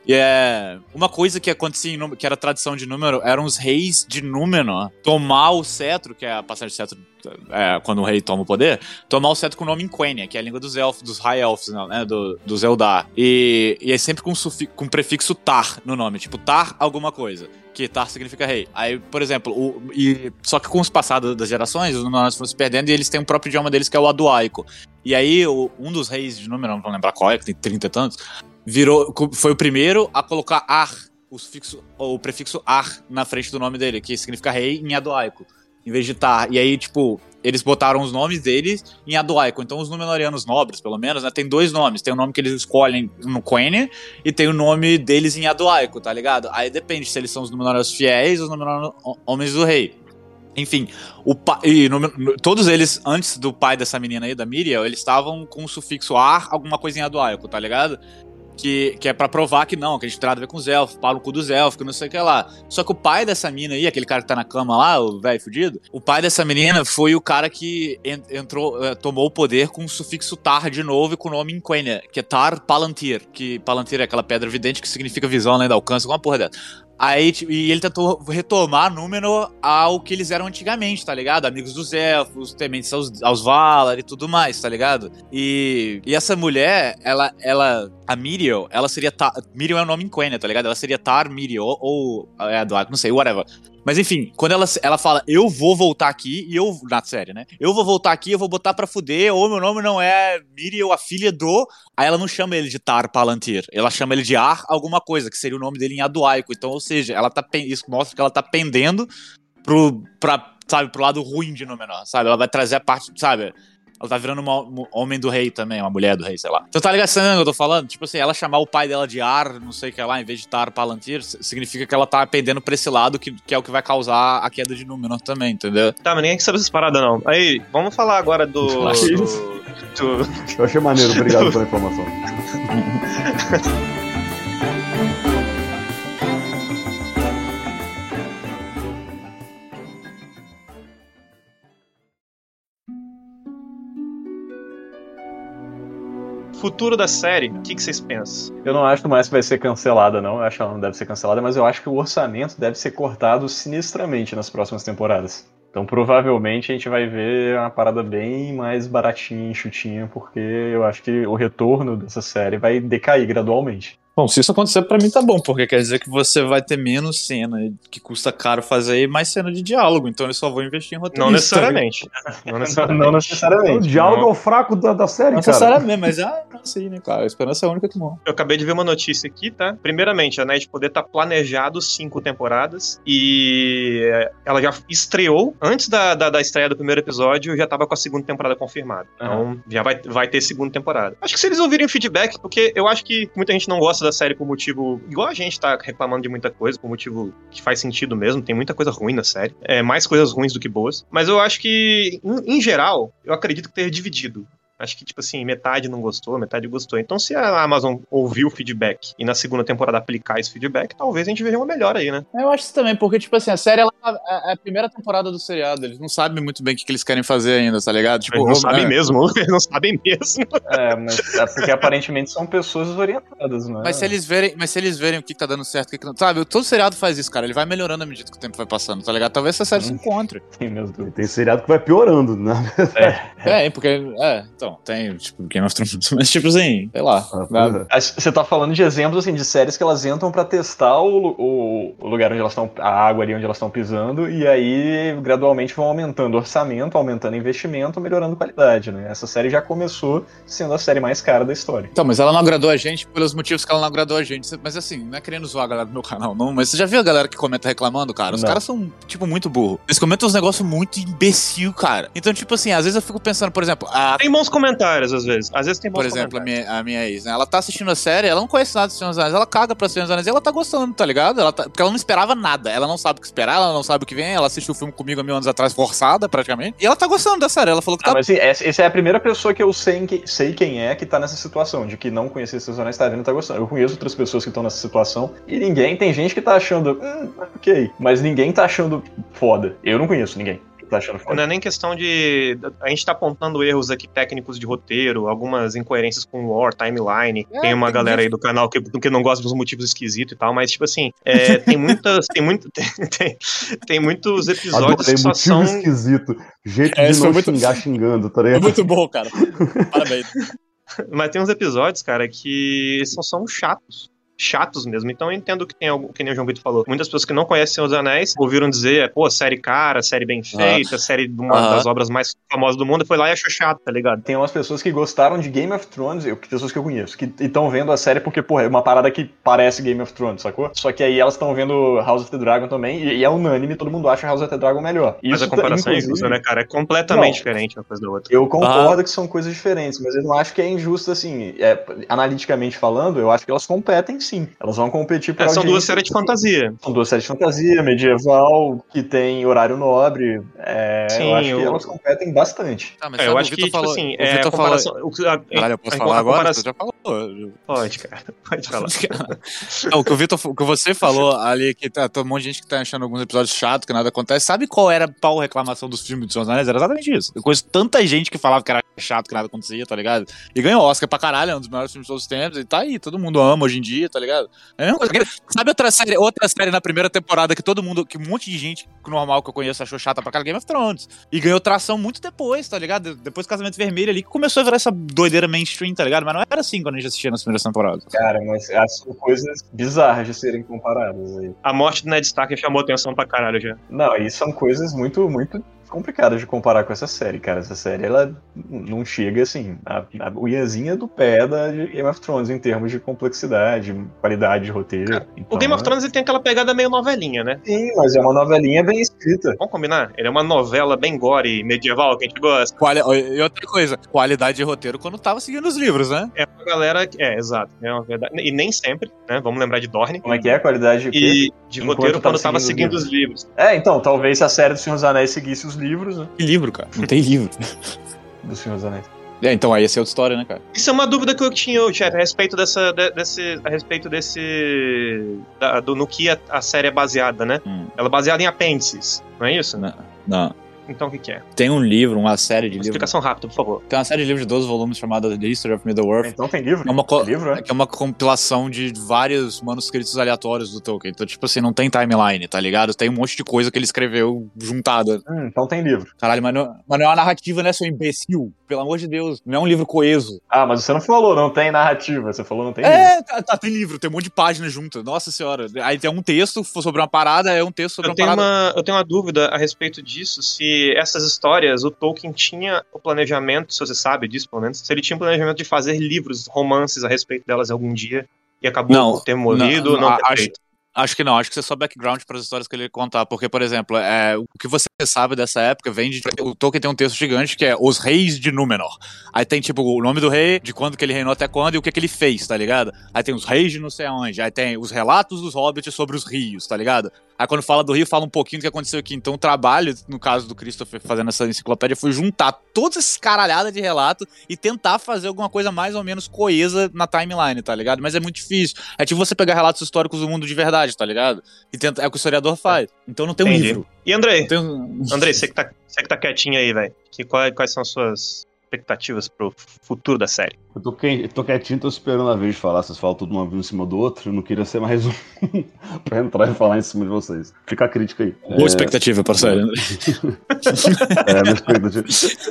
E uma coisa que acontecia que era tradição de Númenor, eram os reis de Númenor tomar o cetro, que é a passagem de cetro quando o rei toma o poder, tomar o cetro com o nome em Quenya, que é a língua dos elfos, dos High Elves, né, dos Eldar. E é sempre com prefixo Tar no nome, tipo Tar alguma coisa, que Tar significa rei. Aí, por exemplo, só que com os passados das gerações, os Númenóreanos foram se perdendo e eles têm o próprio idioma deles, que é o Aduaico. E aí, um dos reis de Númenor, não vou lembrar qual é, que tem 30 e tantos, foi o primeiro a colocar Ar, o prefixo Ar na frente do nome dele, que significa rei em Aduaico, em vez de Tar. E aí, tipo, eles botaram os nomes deles em Aduaico. Então, os Númenóreanos nobres, pelo menos, né, tem 2 nomes. Tem o nome que eles escolhem no Quenya e tem o nome deles em Aduaico, tá ligado? Aí depende se eles são os Númenóreanos fiéis ou os Númenóreanos homens do rei. Enfim, todos eles, antes do pai dessa menina aí, da Miriel, eles estavam com o sufixo Ar, alguma coisa em Aduaico, tá ligado? Que é pra provar que não, que a gente tem nada a ver com os elfos, pau no cu dos elfos, que não sei o que lá. Só que o pai dessa menina aí, aquele cara que tá na cama lá, o velho fudido, o pai dessa menina foi o cara que tomou o poder com o sufixo Tar de novo e com o nome em Quenya, que é Tar Palantir, que Palantir é aquela pedra vidente que significa visão além do alcance, alguma porra dessa. Aí, e ele tentou retomar Númenor ao que eles eram antigamente, tá ligado? Amigos dos elfos, tementes aos Valar e tudo mais, tá ligado? E essa mulher, a Miriel, ela seria Miriel é o nome em Quenya, tá ligado? Ela seria Tar Miriel, ou não sei, whatever. Mas enfim, quando ela fala, eu vou voltar aqui, na série, né? Eu vou voltar aqui, eu vou botar pra fuder, ou meu nome não é Miriel, a filha do... Aí ela não chama ele de Tar Palantir, ela chama ele de Ar alguma coisa, que seria o nome dele em Aduaico. Então, ou seja, isso mostra que ela tá pendendo pro lado ruim de Númenor, sabe? Ela vai trazer a parte, sabe... Ela tá virando um homem do rei também, uma mulher do rei, sei lá. Então tá ligado o que eu tô falando? Tipo assim, ela chamar o pai dela de Ar, não sei o que lá, em vez de Tar Palantir, significa que ela tá pendendo pra esse lado, que é o que vai causar a queda de Númenor também, entendeu? Tá, mas ninguém sabe essas paradas, não. Aí, vamos falar agora do... Eu achei maneiro, obrigado pela informação. Futuro da série, o que vocês pensam? Eu não acho mais que vai ser cancelada, não. Eu acho que ela não deve ser cancelada, mas eu acho que o orçamento deve ser cortado sinistramente nas próximas temporadas. Então, provavelmente, a gente vai ver uma parada bem mais baratinha, enxutinha, porque eu acho que o retorno dessa série vai decair gradualmente. Bom, se isso acontecer pra mim tá bom, porque quer dizer que você vai ter menos cena, que custa caro fazer, e mais cena de diálogo, então eles só vão investir em roteiro. Não necessariamente. Não necessariamente. O diálogo é o fraco da série, não cara. Não necessariamente, mas assim, né, cara? A esperança é a única que morre. Eu acabei de ver uma notícia aqui, tá? Primeiramente, a Net Poder tá planejado 5 temporadas, e ela já estreou, antes da estreia do primeiro episódio, já tava com a segunda temporada confirmada. Então, já vai ter segunda temporada. Acho que se eles ouvirem o feedback, porque eu acho que muita gente não gosta da série por motivo... Igual a gente tá reclamando de muita coisa, por motivo que faz sentido mesmo. Tem muita coisa ruim na série. Mais coisas ruins do que boas. Mas eu acho que, em geral, eu acredito que ter dividido. Acho que, tipo assim, metade não gostou, metade gostou. Então, se a Amazon ouvir o feedback e na segunda temporada aplicar esse feedback, talvez a gente veja uma melhora aí, né? Eu acho isso também, porque, tipo assim, a série é a primeira temporada do seriado. Eles não sabem muito bem o que eles querem fazer ainda, tá ligado? Tipo, eles não sabem mesmo. Eles não sabem mesmo. Mas é porque aparentemente são pessoas desorientadas, né? Mas se eles verem o que tá dando certo, o que não... Sabe, todo seriado faz isso, cara. Ele vai melhorando à medida que o tempo vai passando, tá ligado? Talvez essa série se encontre. Sim, meu Deus. Tem seriado que vai piorando, né? Porque... Então, tem, tipo, Game of Thrones, mas tipo assim, sei lá. Você tá falando de exemplos, assim, de séries que elas entram pra testar o lugar onde elas estão, a água ali onde elas estão pisando, e aí gradualmente vão aumentando orçamento, aumentando investimento, melhorando qualidade, né? Essa série já começou sendo a série mais cara da história. Então, mas ela não agradou a gente pelos motivos que ela não agradou a gente. Mas assim, não é querendo zoar a galera do meu canal, não, mas você já viu a galera que comenta reclamando, cara? Os caras são, tipo, muito burro. Eles comentam uns negócios muito imbecil, cara. Então, tipo assim, às vezes eu fico pensando, por exemplo... Tem bons comentários, às vezes tem bons por exemplo, a minha ex, né? Ela tá assistindo a série, ela não conhece nada de Senhor dos Anéis, ela caga pra Senhor dos Anéis e ela tá gostando, tá ligado? Porque ela não esperava nada, ela não sabe o que esperar, ela não sabe o que vem, ela assistiu o filme comigo há 1000 anos atrás, forçada, praticamente, e ela tá gostando da série, ela falou que tá... Mas assim, essa é a primeira pessoa que eu sei quem é que tá nessa situação, de que não conhecia Senhor dos Anéis, tá vendo e tá gostando. Eu conheço outras pessoas que estão nessa situação, e tem gente que tá achando, ok, mas ninguém tá achando foda. Eu não conheço ninguém. tá achando foda? Não é nem questão de... A gente tá apontando erros aqui técnicos de roteiro, algumas incoerências com lore, timeline. Tem uma galera aí do canal que não gosta dos motivos esquisitos e tal, mas, tipo assim, tem muitos episódios que só são... esquisito. Jeito de não xingar xingando, tá ligado? É muito bom, cara. Parabéns. Mas tem uns episódios, cara, que são chatos mesmo. Então eu entendo que tem algo, que nem o João Vitor falou. Muitas pessoas que não conhecem Os Anéis ouviram dizer, pô, série cara, série bem feita, série de uma das obras mais famosas do mundo, e foi lá e achou chato, tá ligado? Tem umas pessoas que gostaram de Game of Thrones, pessoas que eu conheço, que estão vendo a série porque, porra, é uma parada que parece Game of Thrones, sacou? Só que aí elas estão vendo House of the Dragon também, e é unânime, todo mundo acha House of the Dragon melhor. Mas a comparação é injusta, né, cara? É completamente diferente uma coisa da outra. Eu concordo que são coisas diferentes, mas eu não acho que é injusto, assim, analiticamente falando, eu acho que elas competem sim. Elas vão competir por São duas séries de fantasia. São duas séries de fantasia, medieval, que tem horário nobre. Sim, eu acho que elas competem bastante. Tá, mas eu acho que, tipo assim, a comparação... Caralho, eu posso falar agora? Você já falou. Pode, cara. Pode falar. Não, o que você falou ali, que tem um monte de gente que tá achando alguns episódios chatos, que nada acontece. Sabe qual era a pau reclamação dos filmes de Senhor dos Anéis? Era exatamente isso. Eu conheço tanta gente que falava que era chato, que nada acontecia, tá ligado? E ganhou Oscar pra caralho, é um dos melhores filmes de todos os tempos, e tá aí, todo mundo ama hoje em dia, tá ligado? É a mesma coisa. Sabe outra série na primeira temporada que um monte de gente normal que eu conheço achou chata pra caralho? Game of Thrones. E ganhou tração muito depois, tá ligado? Depois do Casamento Vermelho ali, que começou a virar essa doideira mainstream, tá ligado? Mas não era assim quando a gente assistia nas primeiras temporadas. Cara, mas são coisas bizarras de serem comparadas aí. A morte do Ned Stark chamou atenção pra caralho já. Não, aí são coisas muito, muito complicadas de comparar com essa série, cara. Essa série, ela não chega, assim, a unhazinha do pé da Game of Thrones em termos de complexidade, qualidade de roteiro. Cara, então, o Game of Thrones ele tem aquela pegada meio novelinha, né? Sim, mas é uma novelinha bem escrita. Vamos combinar? Ele é uma novela bem gore, medieval, que a gente gosta. E outra coisa, qualidade de roteiro quando tava seguindo os livros, né? É uma galera... exato. É uma verdade. E nem sempre, né? Vamos lembrar de Dorne. Como é que é a qualidade de roteiro quando tava seguindo os livros. Então, talvez se a série do Senhor dos Anéis seguisse os livros, né? Que livro, cara? Não tem livro. Do Senhor dos Anéis. Então aí ia ser outra história, né, cara? Isso é uma dúvida que eu tinha, Chat, a respeito no que a série é baseada, né? Ela é baseada em apêndices, não é isso? Não. Então o que é? Tem um livro, uma série de livros. Explicação rápida, por favor. Tem uma série de livros de 12 volumes chamada The History of Middle-earth. Então tem livro? Que é uma compilação de vários manuscritos aleatórios do Tolkien. Então, tipo assim, não tem timeline, tá ligado? Tem um monte de coisa que ele escreveu juntada. Então tem livro. Caralho, mas não é uma narrativa, né, seu imbecil? Pelo amor de Deus. Não é um livro coeso. Ah, mas você não falou, não tem narrativa. Você falou não tem livro. Tem livro. Tem um monte de páginas juntas. Nossa senhora. Aí tem um texto sobre uma parada, é um texto sobre uma parada. Eu tenho uma dúvida a respeito disso, se essas histórias, o Tolkien tinha o planejamento, se você sabe disso, pelo menos, se ele tinha o planejamento de fazer livros, romances a respeito delas algum dia, e acabou por ter morrido, não ter feito. Acho que não, acho que isso é só background para as histórias que ele contar, porque, por exemplo, o que você sabe dessa época vem de... O Tolkien tem um texto gigante que é Os Reis de Númenor. Aí tem, tipo, o nome do rei, de quando que ele reinou até quando e o que ele fez, tá ligado? Aí tem os reis de não sei aonde, aí tem os relatos dos hobbits sobre os rios, tá ligado? Aí quando fala do rio, fala um pouquinho do que aconteceu aqui. Então o trabalho, no caso do Christopher fazendo essa enciclopédia, foi juntar todas essas caralhadas de relato e tentar fazer alguma coisa mais ou menos coesa na timeline, tá ligado? Mas é muito difícil. É tipo você pegar relatos históricos do mundo de verdade, tá ligado? E é o que o historiador faz. Então não tem um livro. E Andrei? Andrei, você que tá quietinho aí, velho. Quais são as suas expectativas pro futuro da série? Eu tô quietinho, tô esperando a vez de falar. Vocês falam tudo uma vez em cima do outro. Eu não queria ser mais um pra entrar e falar em cima de vocês. Fica a crítica aí. Boa expectativa pra série, André. Minha expectativa.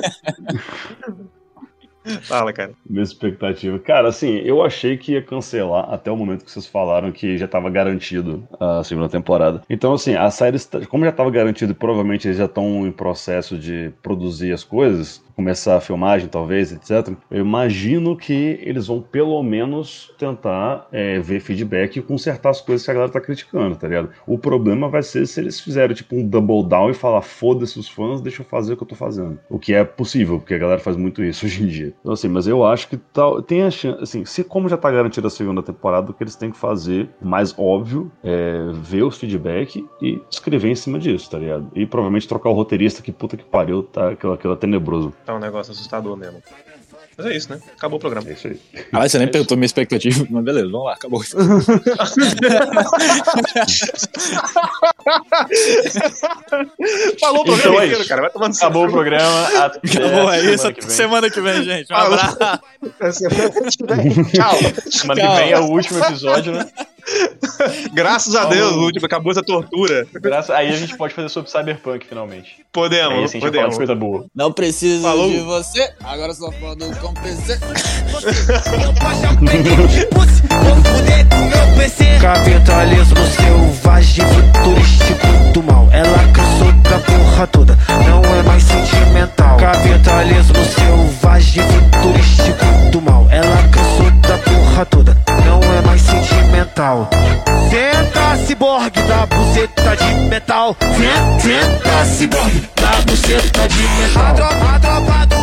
Fala, cara. Minha expectativa. Cara, assim, eu achei que ia cancelar até o momento que vocês falaram que já estava garantido a segunda temporada. Então, assim, a série, como já estava garantido e provavelmente eles já estão em processo de produzir as coisas, começar a filmagem, talvez, etc. Eu imagino que eles vão pelo menos tentar ver feedback e consertar as coisas que a galera tá criticando, tá ligado? O problema vai ser se eles fizerem, tipo, um double down e falar, foda-se os fãs, deixa eu fazer o que eu tô fazendo. O que é possível, porque a galera faz muito isso hoje em dia. Então, assim, mas eu acho que tem a chance, assim, como já tá garantida a segunda temporada, o que eles têm que fazer, mais óbvio, é ver os feedback e escrever em cima disso, tá ligado? E provavelmente trocar o roteirista, que puta que pariu, tá aquela tenebroso. Tá um negócio assustador mesmo. Mas é isso, né? Acabou o programa. É isso aí. Ah, você nem perguntou minha expectativa, mas beleza, vamos lá, acabou. Falou o programa inteiro, cara. Vai tomando Acabou o programa. Acabou, é isso. Semana que vem, gente. Um abraço. Tchau. Semana que vem é o último episódio, né? Graças a Deus, o último acabou essa tortura. Aí a gente pode fazer sobre Cyberpunk, finalmente. Podemos, aí, assim, podemos. Coisa boa. Não preciso Falou. de você, agora só falta com PC. Capitalismo selvagem, futurístico do mal. Ela cansou da porra toda, não é mais sentimental. Capitalismo selvagem, futurístico do mal. Ela cansou da porra toda, não é mais sentimental. Senta, ciborgue, da buceta de metal. Senta, ciborgue, da buceta de metal. A tropa